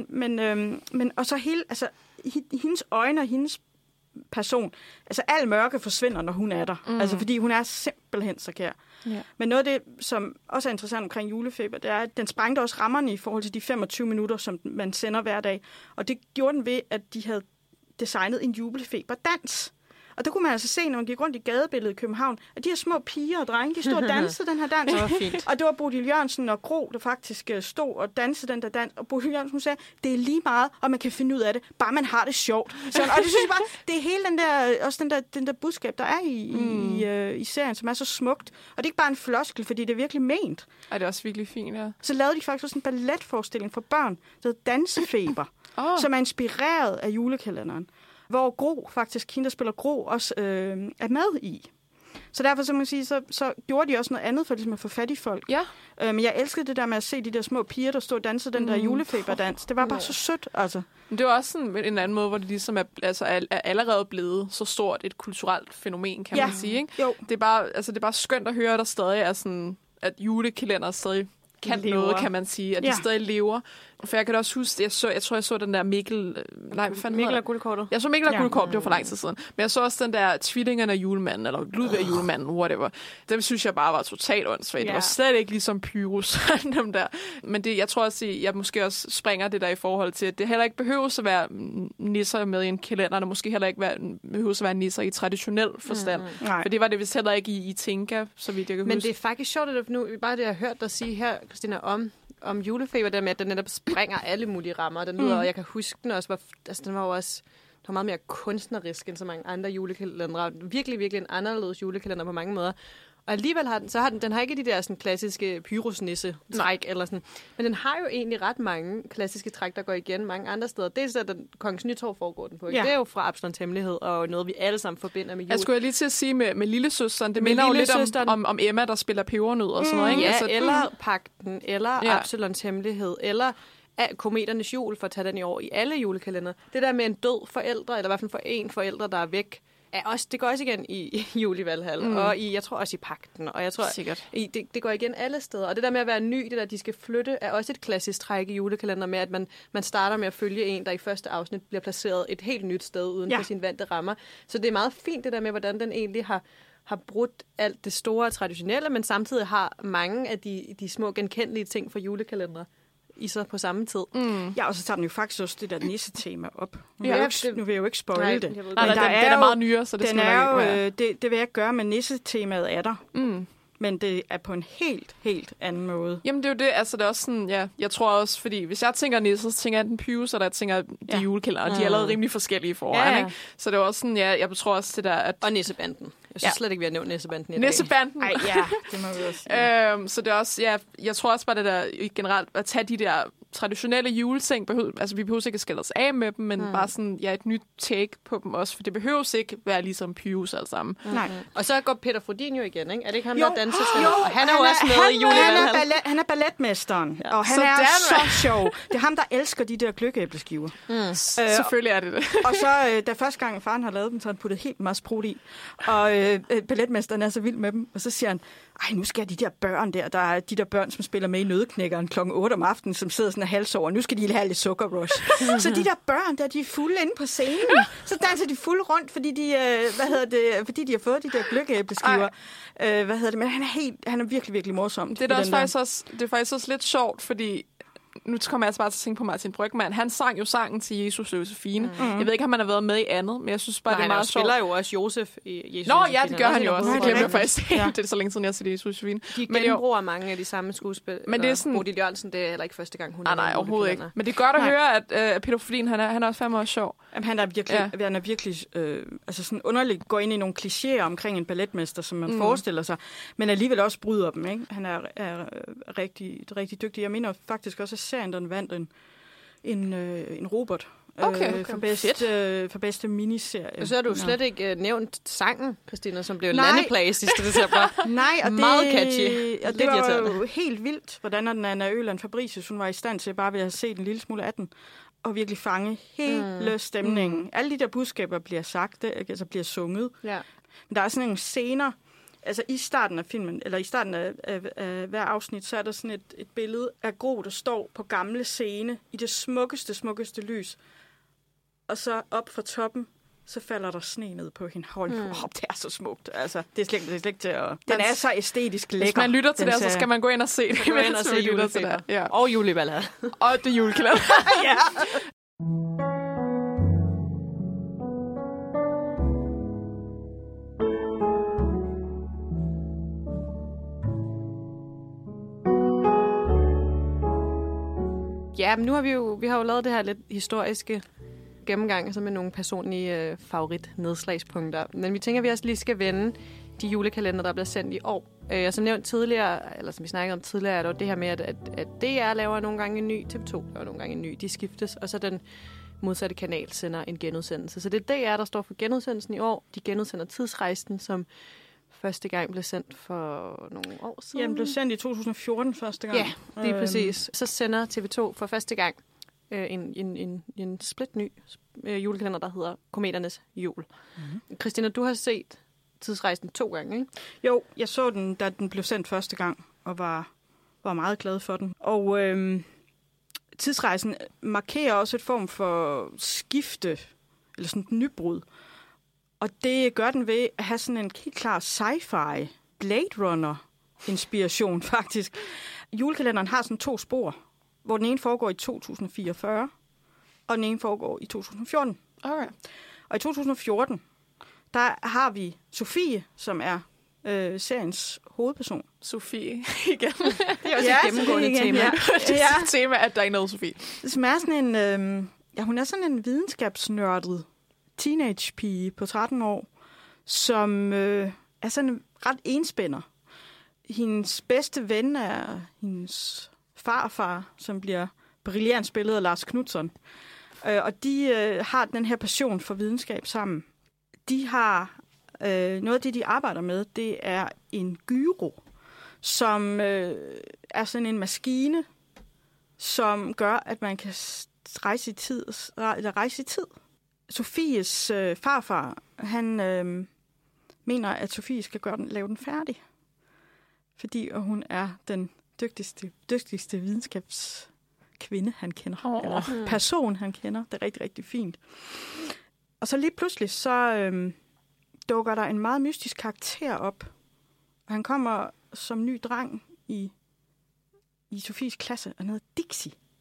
Men og så hele, altså hendes øjne og hendes person, altså al mørke forsvinder, når hun er der. Mm. Altså fordi hun er simpelthen så kær. Yeah. Men noget af det, som også er interessant omkring Julefeber, det er, at den sprængte også rammerne i forhold til de 25 minutter, som man sender hver dag. Og det gjorde den ved, at de havde designet en julefeberdans. Og der kunne man altså se, når man gik rundt i gadebilledet i København, at de her små piger og drenge, de stod og dansede den her dans. Det var fint. Og det var Bodil Jørgensen og Gro, der faktisk stod og dansede den der dans. Og Bodil Jørgensen sagde, det er lige meget, og man kan finde ud af det, bare man har det sjovt. Og det synes jeg bare, det er hele den der budskab, der er i serien, som er så smukt. Og det er ikke bare en floskel, fordi det er virkelig ment. Og det er også virkelig fint, ja. Så lavede de faktisk også en balletforestilling for børn, der hedder Dansefeber, som er inspireret af julekalenderen, hvor Gro, faktisk hende, der spiller Gro, også er med i. Så derfor, så man sige, så gjorde de også noget andet for ligesom at få fat i folk. Ja. Men jeg elskede det der med at se de der små piger, der stod og dansede den der julefeberdans. Det var bare så sødt, altså. Men det var også sådan en anden måde, hvor det ligesom er allerede blevet så stort et kulturelt fænomen, kan man sige. Ikke? Jo. Det er bare skønt at høre, at der stadig er sådan, at julekalender stadig kan noget, kan man sige, at de stadig lever. For jeg kan da også huske, jeg tror, jeg så den der Mikkel og Guldkortet. Jeg så Mikkel og Guldkortet, det var for lang tid siden. Men jeg så også den der Tvillingerne af Julemanden, eller Ludvig af Julemanden, whatever. Dem synes jeg bare var totalt åndssvagt. Det var slet ikke ligesom Pyrus, dem der. Men jeg tror også, jeg måske også springer det der i forhold til, at det heller ikke behøves at være nisser med i en kalender, der måske heller ikke behøves at være nisser i traditionel forstand. For det var det vist heller ikke i Tinka, så vidt jeg kan huske. Men det er faktisk sjovt, at nu bare det, jeg har hørt dig sige her, Christina, om Julefeber, der med, at den netop springer alle mulige rammer. Den lyder, og jeg kan huske den også, den var jo også meget mere kunstnerisk end så mange andre julekalendere. Virkelig, virkelig en anderledes julekalender på mange måder. Og alligevel har den har ikke de der sådan, klassiske pyrusnisse-træk, eller sådan. Men den har jo egentlig ret mange klassiske træk, der går igen mange andre steder. Det er den Kongens Nytorv foregår den på. Ja. Det er jo fra Absalons Hemmelighed, og noget, vi alle sammen forbinder med jul. Jeg skulle lige til at sige med lillesøsteren. Det minder jo lidt om Emma, der spiller pebernød og sådan noget. Ikke? Ja, altså, eller Pagten, eller Absalons Hemmelighed, eller Kometernes Jul, for at tage den i år i alle julekalender. Det der med en død forælder, eller i hvert fald for en forælder, der er væk, det går også igen i Jul i Valhall, og jeg tror også i Pagten, og jeg tror, det går igen alle steder. Og det der med at være ny, det der, de skal flytte, er også et klassisk træk i julekalender med, at man starter med at følge en, der i første afsnit bliver placeret et helt nyt sted uden for sin vante rammer. Så det er meget fint det der med, hvordan den egentlig har brudt alt det store og traditionelle, men samtidig har mange af de små genkendelige ting fra julekalendere i sig på samme tid. Ja, og så tager den jo faktisk også det der nisse-tema op. Nu vil jeg jo ikke spoile Nej, det. jeg ved Men Nej, den er meget nyere, så det den skal er nok jo, ikke det vil jeg ikke gøre, men nisse-temaet er der. Men det er på en helt anden måde. Jamen, det er jo det. Altså, det er også sådan, ja, jeg tror også, fordi hvis jeg tænker nisse, så tænker jeg enten Pius, eller jeg tænker de julekælder, og de er allerede rimelig forskellige i forvejen, ikke? Så det er også sådan, ja, jeg tror også det der, at... Og nissebanden. Jeg synes slet ikke, vi har nævnt nissebanden i dag. Nissebanden? Ej, ja, det må vi også sige. Så det er også, ja, jeg tror også bare det der generelt, at tage de der traditionelle juleting, altså vi behøver ikke at skille os af med dem, men bare sådan, ja, et nyt take på dem også, for det behøves ikke være ligesom Pius alle sammen. Nej. Og så går Peter Frudin jo igen, ikke? Er det ikke ham, der danser? Og han er jo også med i Julevalhall. Han er balletmesteren, og han Så er damn så sjov. Det er ham, der elsker de der gløggeæbleskiver. Selvfølgelig er det det. Og så, da første gang faren har lavet dem, så har han puttet helt meget sprut i. Og balletmesteren er så vild med dem. Og så siger han, ej, nu skal de der børn der er de der børn, som spiller med i Nøddeknækkeren kl. 8 om aftenen, som sidder sådan og halsover. Nu skal de have lidt sukkerrush. Så de der børn, der de er fulde inde på scenen. Så danser de fulde rundt, fordi de, fordi de har fået de der gløggeæbleskiver. Men han er virkelig, virkelig morsom. Det er faktisk også lidt sjovt, fordi nu kommer jeg altså bare til at tænke på Martin Brygmann. Han sang jo sangen til Jesus og Josefine. Jeg ved ikke, om han har været med i andet, men jeg synes bare, det er meget sjovt. Han spiller jo også Josef i Jesus. Nå, ja, det gør han jo også. Det glemmer jeg faktisk. Ja. Det er så længe siden, jeg har set Jesus og Josefine. De genbruger mange af de samme skuespil. Men det er sådan... Bodil Jørgensen, det er heller ikke første gang, hun er Nej, overhovedet ikke. Men det er godt at høre, at Peter Frudin, han er også fandme også sjov. Jamen, han er virkelig altså sådan underligt går ind i nogle klichéer omkring en balletmester, som man forestiller sig, men alligevel også bryder dem, ikke? Han er rigtig, rigtig dygtig. Jeg mener faktisk også, at serien den vandt en Robert. Okay. For bedste miniserie. Og så har du slet ikke nævnt sangen, Christina, som blev landeplage sidste december. Nej, og meget catchy. Og det var jo helt vildt, hvordan Anna Øland Fabricius, hun var i stand til bare ved at have set en lille smule af den, og virkelig fange hele stemningen. Alle de der budskaber bliver sagt, altså bliver sunget. Ja. Men der er sådan nogle scener, altså i starten af filmen, eller i starten af hver afsnit, så er der sådan et billede af Gro, der står på gamle scene i det smukkeste lys. Og så op fra toppen, så falder der sne ned på hende. Hold op, det er så smukt. Altså, det er slet ikke til at... Den er så æstetisk lækker. Hvis man lytter til det, så skal man gå ind og se det. Gå ind og se julefilmer. Ja. Og Julevalhall. Og det julekalender. ja. Ja, men nu har vi har jo lavet det her lidt historiske gennemgang, altså med nogle personlige favoritnedslagspunkter. Men vi tænker, at vi også lige skal vende de julekalender, der bliver sendt i år. Og som nævnt tidligere, eller som vi snakkede om tidligere, er det det her med, at DR laver nogle gange en ny, TV2 laver nogle gange en ny, de skiftes, og så den modsatte kanal sender en genudsendelse. Så det er DR, der står for genudsendelsen i år. De genudsender Tidsrejsen, som første gang blev sendt for nogle år siden. Jamen, blev sendt i 2014 første gang. Ja, lige præcis. Så sender TV2 for første gang en split-ny julekalender, der hedder Kometernes Jul. Christina, du har set Tidsrejsen 2 gange, ikke? Jo, jeg så den, da den blev sendt første gang, og var meget glad for den. Og Tidsrejsen markerer også et form for skifte, eller sådan et nybrud. Og det gør den ved at have sådan en helt klar sci-fi Blade Runner-inspiration, faktisk. Julekalenderen har sådan 2 spor, hvor den ene foregår i 2044, og den ene foregår i 2014. Okay. Og i 2014, der har vi Sofie, som er seriens hovedperson. Sofie igen. Det er også et gennemgående tema. Ja. Det er et tema, at der er noget Sofie. Som er sådan en, hun er sådan en videnskabsnørdet teenage-pige på 13 år, som er sådan en ret enspænder. Hendes bedste ven er hendes farfar, som bliver brilliant spillet af Lars Knutzon. Og de har den her passion for videnskab sammen. De har noget af det, de arbejder med, det er en gyro, som er sådan en maskine, som gør, at man kan rejse i tid. Sofies farfar, han mener, at Sofie skal lave den færdig. Fordi hun er den dygtigste videnskabskvinde, han kender. Eller person, han kender. Det er rigtig, rigtig fint. Og så lige pludselig, så dukker der en meget mystisk karakter op. Og han kommer som ny dreng i Sofies klasse, og hedder Dixie.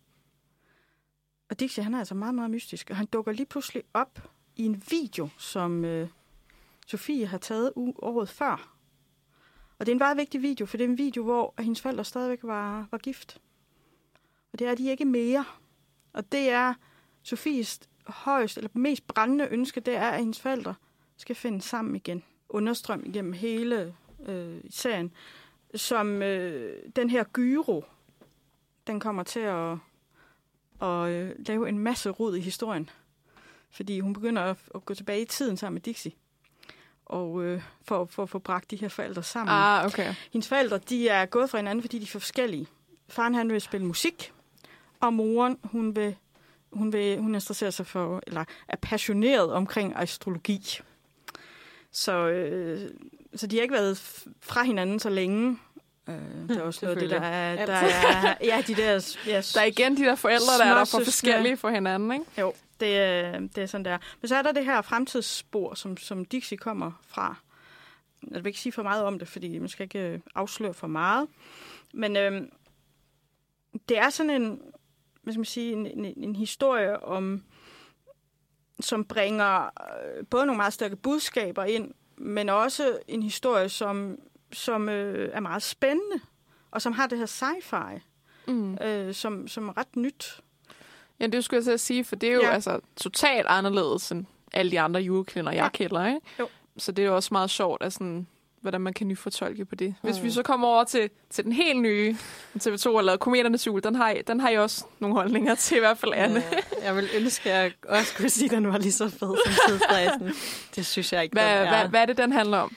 Og Dixie, han er altså meget, meget mystisk. Og han dukker lige pludselig op i en video, som Sofie har taget året før. Og det er en meget vigtig video, for det er en video, hvor hendes forældre stadigvæk var gift. Og det er de ikke mere. Og det er Sofies højst, eller mest brændende ønske, det er, at hendes forældre skal finde sammen igen. Understrøm igennem hele serien. Som den her gyro, den kommer til at lave en masse rod i historien. Fordi hun begynder at gå tilbage i tiden sammen med Dixie. Og for at få bragt de her forældre sammen. Okay. Hendes forældre, de er gået fra hinanden, fordi de er for forskellige. Faren, han vil spille musik, og moren, hun interesserer sig for, eller er passioneret omkring astrologi. Så de har ikke været fra hinanden så længe. Der er også noget af det, der er ja, de der... Yes, der er igen de der forældre, der er for forskellige for hinanden, ikke? Jo, det er sådan der. Men så er der det her fremtidsspor, som Dixie kommer fra. Jeg vil ikke sige for meget om det, fordi man skal ikke afsløre for meget. Men det er sådan en, hvad skal man sige, en historie om, som bringer både nogle meget stærke budskaber ind, men også en historie, som er meget spændende, og som har det her sci-fi, som er ret nyt. Ja, det skulle jeg så sige, for det er jo altså totalt anderledes end alle de andre julekalender, jeg kender, ikke? Jo. Så det er jo også meget sjovt, at sådan, hvordan man kan nyfortolke på det. Hvis vi så kommer over til den helt nye TV2 har lavet Kometernes Jul, den har I også nogle holdninger til, i hvert fald Anne. Ja, jeg vil ønske, at jeg også kunne sige, at den var lige så fed som Tidsrejsen. Det synes jeg ikke, hvad er det, den handler om?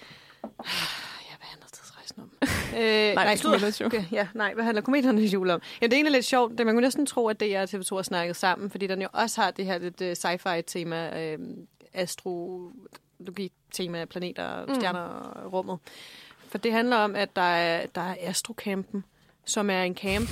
Hvad handler Kometernes Jul om? Ja, det er egentlig lidt sjovt. Man kunne næsten tro, at det er TV2 har snakket sammen, fordi den jo også har det her lidt sci-fi-tema, astrologi-tema, planeter, stjerner og rummet. For det handler om, at der er Astrocampen, som er en camp.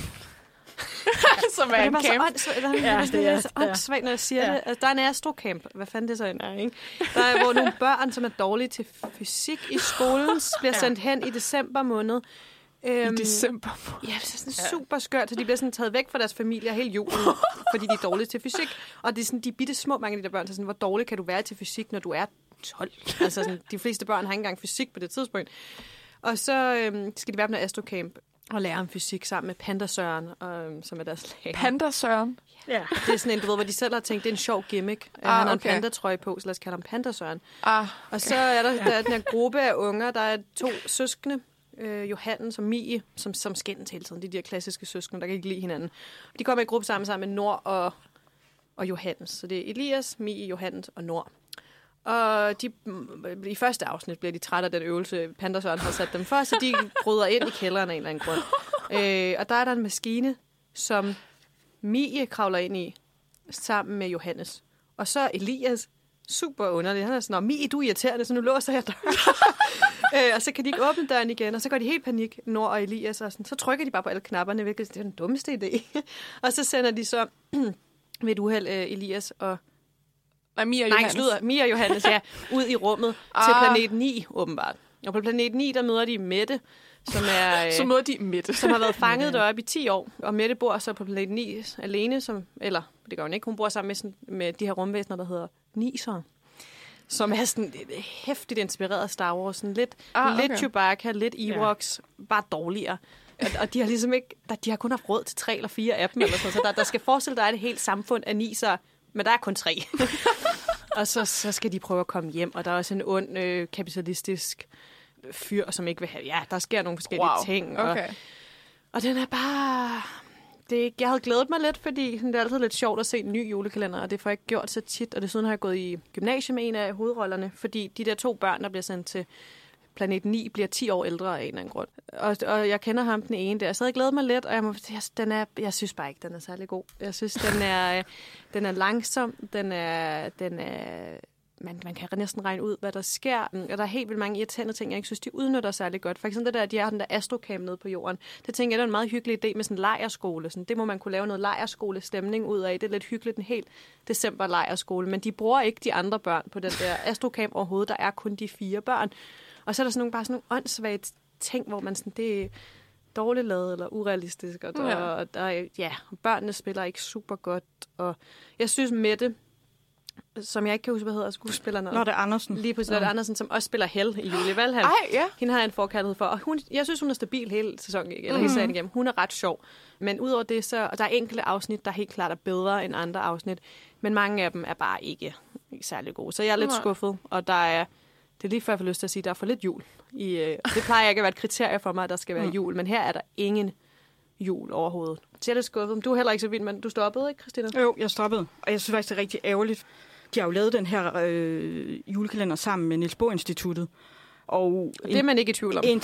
Som er en camp. Det er så åndssvagt, når jeg siger det. Altså, der er en astrocamp. Hvad fanden det så end er, ikke? Der er, hvor nogle børn, som er dårlige til fysik i skolen, bliver sendt hen i december måned. I december måned? Ja, det er sådan super skørt, så de bliver sådan taget væk fra deres familie hele julen, fordi de er dårlige til fysik. Og det er sådan, de bitte små, mange af de der børn, så sådan, hvor dårlig kan du være til fysik, når du er 12? Altså sådan, de fleste børn har ikke engang fysik på det tidspunkt. Og så skal de være på noget astrocamp og lære om fysik sammen med Panda Søren, som er deres lærer. Panda Søren? Ja. Det er sådan en, du ved, hvor de selv har tænkt, det er en sjov gimmick. Han har en pandatrøje på, så lad os kalde ham Panda Søren. Og så er der den her gruppe af unger, der er 2 søskende, Johannes og Mie, som skændes hele tiden. De der klassiske søskende, der kan ikke lide hinanden. De kommer i gruppe sammen med Nord og Johannes. Så det er Elias, Mie, Johannes og Nord. Og i første afsnit bliver de trætte af den øvelse, Panda Søren har sat dem for, så de bryder ind i kælderen af en eller anden grund. Og der er der en maskine, som Mie kravler ind i, sammen med Johannes. Og så Elias, super underlig. Han er sådan, Mie, du er irriterende, så nu låser jeg døren. Og så kan de ikke åbne døren igen, og så går de helt panik, Nord og Elias, og sådan, så trykker de bare på alle knapperne, hvilket det er den dummeste idé. Og så sender de så ved et uheld Elias og Mia og Johannes, ud i rummet til planet 9, åbenbart. Og på planet 9, der møder de Mette, som har været fanget deroppe i 10 år. Og Mette bor så på planet 9 alene, eller det gør hun ikke, hun bor sammen med de her rumvæsener, der hedder Nisere, som er sådan hæftigt inspireret af Star Wars. Sådan lidt Chewbacca, lidt Ewoks, bare dårligere. Og de har ligesom ikke, de har kun haft råd til 3 eller 4 af dem, eller sådan. Så der skal forestille, der er et helt samfund af nisere, men der er kun 3. Og så skal de prøve at komme hjem, og der er også en ond kapitalistisk fyr, som ikke vil have... Ja, der sker nogle forskellige ting. Og den er bare... Jeg havde glædet mig lidt, fordi det er altid lidt sjovt at se en ny julekalender, og det får jeg ikke gjort så tit. Og desuden har jeg gået i gymnasiet med en af hovedrollerne, fordi de der 2 børn, der bliver sendt til planet 9, bliver 10 år ældre af en eller anden grund. Og jeg kender ham den ene der, så jeg glæder mig lidt, og jeg synes bare ikke, den er særlig god. Jeg synes, den er langsom, man kan næsten regne ud, hvad der sker. Og der er helt vildt mange irriterende ting, jeg ikke synes, de udnytter særlig godt. For eksempel det der, de har den der astrocamp nede på jorden. Det tænker jeg, det er en meget hyggelig idé med sådan en lejrskole. Sådan, det må man kunne lave noget lejrskolestemning ud af. Det er lidt hyggeligt, en helt december lejrskole. Men de bruger ikke de andre børn på den der astrocamp overhovedet. Der er kun de 4 børn. Og så er der bare sådan nogle åndssvage ting, hvor man sådan, dårligt lavet eller urealistisk. Og børnene spiller ikke super godt. Og jeg synes Mette, som jeg ikke kan huske, hvad hedder skuespilleren. Lotte Andersen. Lige præcis, Lotte Andersen, som også spiller Hel i Julie Valhall. Hende har jeg en forkærlighed for. Og jeg synes, hun er stabil hele sæsonen, eller hele serien igennem. Hun er ret sjov. Men udover det, så og der er enkelte afsnit, der helt klart er bedre end andre afsnit. Men mange af dem er bare ikke særlig gode. Så jeg er lidt skuffet. Og det er lige før, jeg får lyst til at sige, at der er for lidt jul. Det plejer ikke at være et kriterie for mig, at der skal være jul. Men her er der ingen jul overhovedet. Så jeg er lidt skuffet. Du er heller ikke så vild, men du stoppede, ikke, Christina? Jo, jeg stoppede. Og jeg synes faktisk, det er rigtig ærgerligt. De har jo lavet den her julekalender sammen med Niels Bohr Instituttet. Og det er man ikke i tvivl om.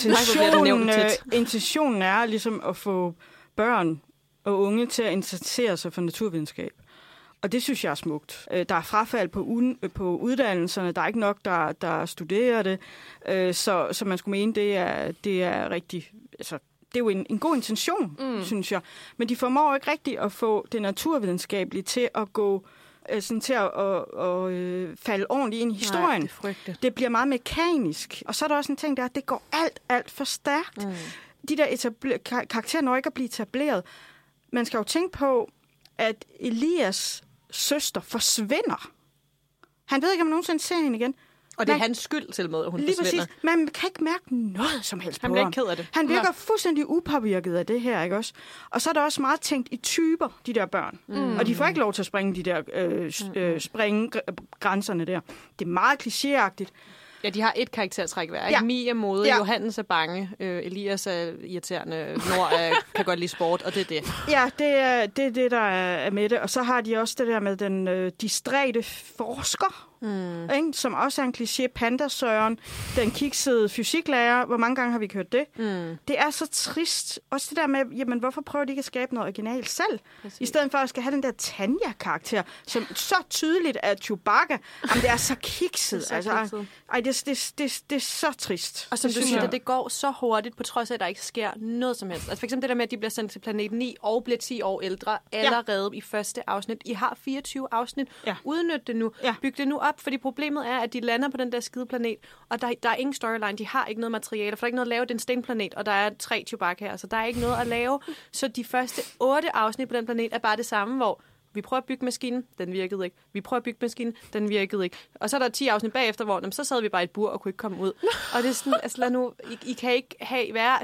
Intentionen er ligesom at få børn og unge til at interessere sig for naturvidenskab. Og det synes jeg er smukt. Der er frafald på uddannelserne. Der er ikke nok, der studerer det. Så man skulle mene, det er rigtig... Altså, det er jo en god intention, synes jeg. Men de formår ikke rigtigt at få det naturvidenskabelige til at gå... sådan til at falde ordentligt ind i historien. Nej, det bliver meget mekanisk. Og så er der også en ting, der er, at det går alt for stærkt. De der karakterer når ikke at blive etableret. Man skal jo tænke på, at Elias søster forsvinder. Han ved ikke, om han nogensinde ser hende igen. Og det er hans skyld til med, at hun forsvinder. Præcis. Man kan ikke mærke noget som helst på ham. Han bliver ikke ked af det. Han virker fuldstændig upåvirket af det her, ikke også? Og så er der også meget tænkt i typer, de der børn. Og de får ikke lov til at springe de der springe grænserne der. Det er meget klichéagtigt. Ja, de har et karaktertræk hver. Ja. Mie er modig, Johannes er bange, Elias er irriterende, Nord kan godt lide sport, og det er det. Ja, det er det, der er med det. Og så har de også det der med den distræte forsker, ikke? Som også er en kliché. Panda Søren, den kiksede fysiklærer. Hvor mange gange har vi hørt det? Det er så trist. Også det der med, jamen, hvorfor prøver de ikke at skabe noget originalt selv? Præcis. I stedet for at skal have den der Tanja-karakter, som så tydeligt er Chewbacca. Jamen, det er så kikset. Det er så trist. Og som du siger, det går så hurtigt, på trods af, at der ikke sker noget som helst. Altså for eksempel det der med, at de bliver sendt til planet 9 og bliver 10 år ældre allerede i første afsnit. I har 24 afsnit. Udnyt det nu. Byg det nu op, fordi problemet er, at de lander på den der skide planet, og der er ingen storyline. De har ikke noget materiale, for der er ikke noget at lave. Det er en stenplanet, og der er 3 Chewbacca her, så der er ikke noget at lave. Så de første 8 afsnit på den planet er bare det samme, hvor vi prøver at bygge maskinen, den virkede ikke. Vi prøver at bygge maskinen, den virkede ikke. Og så er der 10 afsnit bagefter, hvor så sad vi bare i et bur og kunne ikke komme ud. Og det er sådan, altså lad nu, I kan ikke være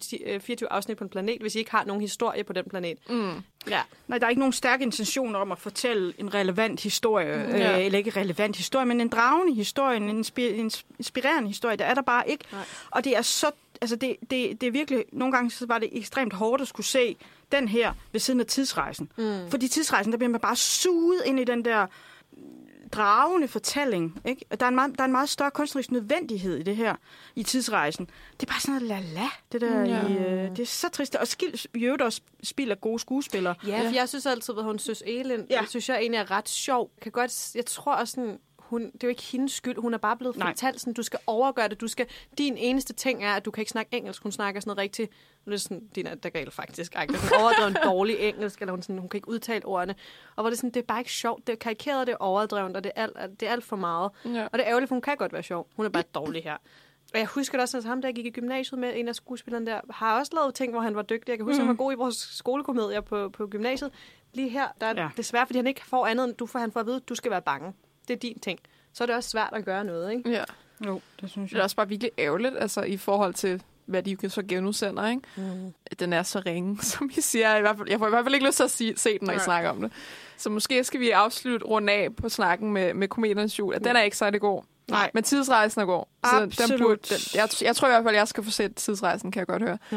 24 afsnit på en planet, hvis I ikke har nogen historie på den planet. Ja. Nej, der er ikke nogen stærke intentioner om at fortælle en relevant historie, eller ikke relevant historie, men en dragende historie, en inspirerende historie. Det er der bare ikke. Nej. Og det er så, altså det er virkelig, nogle gange så var det ekstremt hårdt at skulle se den her ved siden af tidsrejsen. Fordi tidsrejsen, der bliver man bare suget ind i den der dragende fortælling. Ikke? Der er en meget større kunstnerisk nødvendighed i det her, i tidsrejsen. Det er bare sådan noget la-la, det der. Det er så trist. Og i øvrigt også spil af gode skuespillere. Ja, for jeg synes altid, at hun Søs Elin, jeg synes jeg egentlig er ret sjov. Jeg tror også sådan, det er jo ikke hendes skyld. Hun er bare blevet fortalt sådan, du skal overgøre det. Din eneste ting er, at du kan ikke snakke engelsk. Hun snakker sådan noget rigtigt. Det er sådan, din er galt faktisk. Hun overdreven dårlig engelsk, eller hun kan ikke udtale ordene. Og hvor det sådan, det er bare ikke sjovt. Det er karikeret, det er overdrevet, og det er alt for meget. Ja. Og det er ærgerligt, for hun kan godt være sjov. Hun er bare dårlig her. Og jeg husker også, at ham, der gik i gymnasiet med, en af skuespillerne der, har også lavet ting, hvor han var dygtig. Jeg kan huske, at han var god i vores skolekomedier på gymnasiet. Lige her, der er desværre, fordi han ikke får andet, end han får at vide, at du skal være bange. Det er din ting. Så er det også svært at gøre noget, ikke? Ja. Jo, det synes jeg. Det er også bare virkelig ærgerligt, altså i forhold til, hvad de så genudsender, ikke? Den er så ringe, som I siger. Jeg får i hvert fald ikke lyst til at se den, når I snakker om det. Så måske skal vi runde af på snakken med Kometernes Jul. Den er ikke særlig god. Nej. Men tidsrejsen er god. Absolut. Jeg tror i hvert fald, jeg skal få set tidsrejsen, kan jeg godt høre.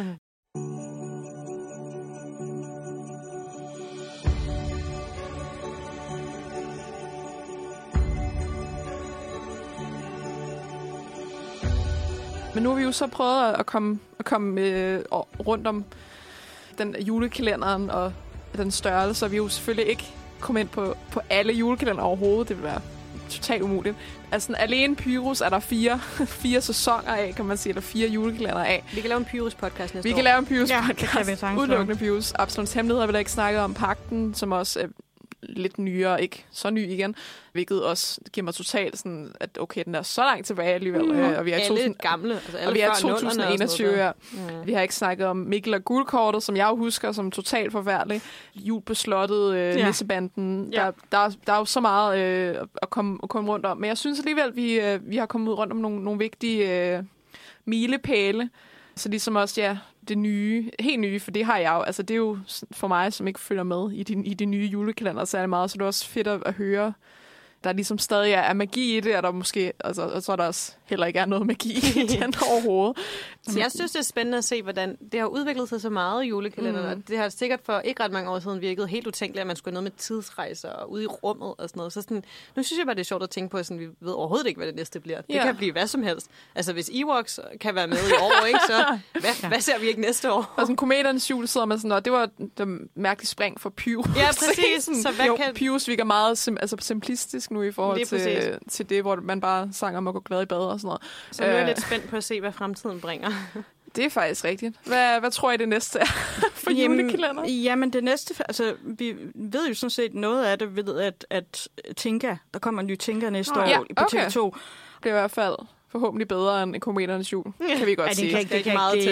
Men nu har vi jo så prøvet at komme rundt om den julekalenderen og den størrelse, så vi jo selvfølgelig ikke kommet ind på alle julekalender overhovedet. Det vil være totalt umuligt. Altså alene Pyrus er der 4 sæsoner af, kan man sige, eller 4 julekalender af. Vi kan lave en Pyrus-podcast næste år. Vi kan lave en Pyrus-podcast. Udelukkende Pyrus. Absalons Hemmelighed har vi da ikke snakket om. Pagten, som også lidt nyere, ikke så ny igen, hvilket også giver mig totalt sådan, at okay, den er så langt tilbage alligevel. Og vi er alle gamle, altså alle og vi er før 2021 her. Vi har ikke snakket om Mikkel og Guldkortet, som jeg jo husker som totalt forfærdelig. Jul på slottet, Nissebanden. Der er jo så meget at komme rundt om. Men jeg synes alligevel, vi har kommet ud rundt om nogle vigtige milepæle. Så ligesom også, det nye, helt nye, for det har jeg jo. Altså det er jo for mig, som ikke følger med i de nye julekalender særlig meget, så det er også fedt at høre. Der ligesom stadig er magi i det, og der måske, altså, og så er der også heller ikke er noget magi i den overhovedet. Så jeg synes, det er spændende at se, hvordan det har udviklet sig så meget i julekalenderen. Det har sikkert for ikke ret mange år siden virket helt utænkeligt, at man skulle have noget med tidsrejser og ude i rummet og sådan noget. Så sådan, nu synes jeg bare, det er sjovt at tænke på, at vi ved overhovedet ikke, hvad det næste bliver. Det kan blive hvad som helst. Altså, hvis Ewoks kan være med i år, ikke, så hvad ser vi ikke næste år? Og sådan Kometernes jul sidder man sådan, og det var det mærkelige spring for Pyrus. Ja, præcis. Så hvad kan... Pyrus virker meget simplistisk nu i forhold til det, hvor man bare sang om at gå glad i bad og sådan noget. Så nu er jeg lidt spændt på at se, hvad fremtiden bringer. Det er faktisk rigtigt. Hvad tror I det næste er for julekalender? Jamen det næste, altså vi ved jo sådan set noget af det, ved at Tinka, der kommer en ny Tinka næste år på TV2. Det er i hvert fald forhåbentlig bedre end Kometernes jul, kan vi godt sige. Det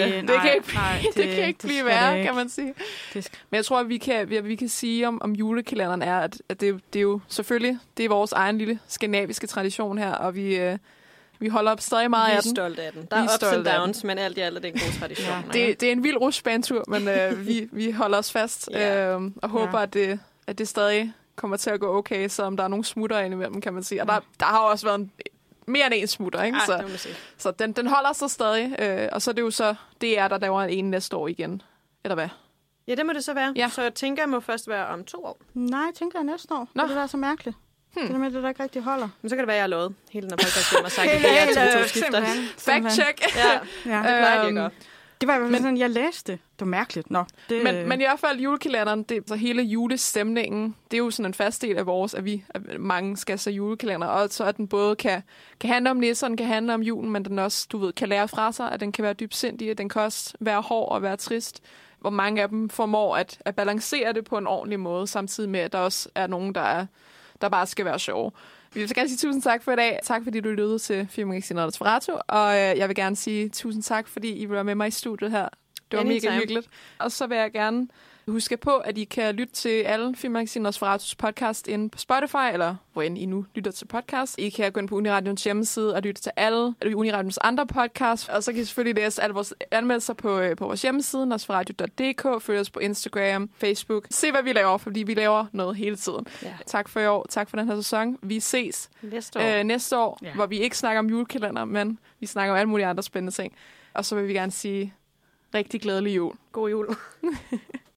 kan ikke blive værre, kan man sige. Men jeg tror, at vi kan sige om julekalenderen er, at det er jo selvfølgelig, det er vores egen lille skandinaviske tradition her, og vi holder op stadig meget af den. Vi er stolte af den. Der er ups and downs, men alt i alt er det en god tradition. Det er en vild rutsjebanetur, men vi holder os fast og håber, at det stadig kommer til at gå okay, så om der er nogle smutter indimellem, kan man sige. Og der har også været mere end en smutter, ikke? Så den holder sig stadig, og så er det jo så DR, der laver en næste år igen. Eller hvad? Ja, det må det så være. Ja. Så jeg tænker, jeg må først være om 2 år. Nej, jeg tænker næste år. Det er så mærkeligt. Det er med, det der ikke rigtig holder. Men så kan det være, jeg har lovet hele den her podcast, og sagt, at det er to skifter. Fact check. Ja, det plejer de at gøre. Det var jo sådan, jeg læste. Det var mærkeligt. Men i hvert fald julekalenderen, så hele julestemningen, det er jo sådan en fast del af vores, at mange skal se julekalender, og så at den både kan handle om nisserne, kan handle om julen, men den også, kan lære fra sig, at den kan være dybsindig, at den kan også være hård og være trist. Hvor mange af dem formår at balancere det på en ordentlig måde, samtidig med, at der også er nogen, der bare skal være sjove. Vi vil så gerne sige tusind tak for i dag. Tak fordi du lyttede til Filmmagasinet Nosferatu. Og jeg vil gerne sige tusind tak, fordi I vil være med mig i studiet her. Det var mega hyggeligt. Og så vil jeg gerne huske på, at I kan lytte til alle Filmmagasinet Nosferatus podcast inde på Spotify, eller hvor end I nu lytter til podcast. I kan gå ind på Uniradions hjemmeside og lytte til alle Uniradions andre podcasts. Og så kan I selvfølgelig læse alle vores anmeldelser på vores hjemmeside, nosferadio.dk. Følg os på Instagram, Facebook. Se, hvad vi laver, fordi vi laver noget hele tiden. Ja. Tak for i år. Tak for den her sæson. Vi ses næste år hvor vi ikke snakker om julekalender, men vi snakker om alle mulige andre spændende ting. Og så vil vi gerne sige rigtig glædelig jul. God jul.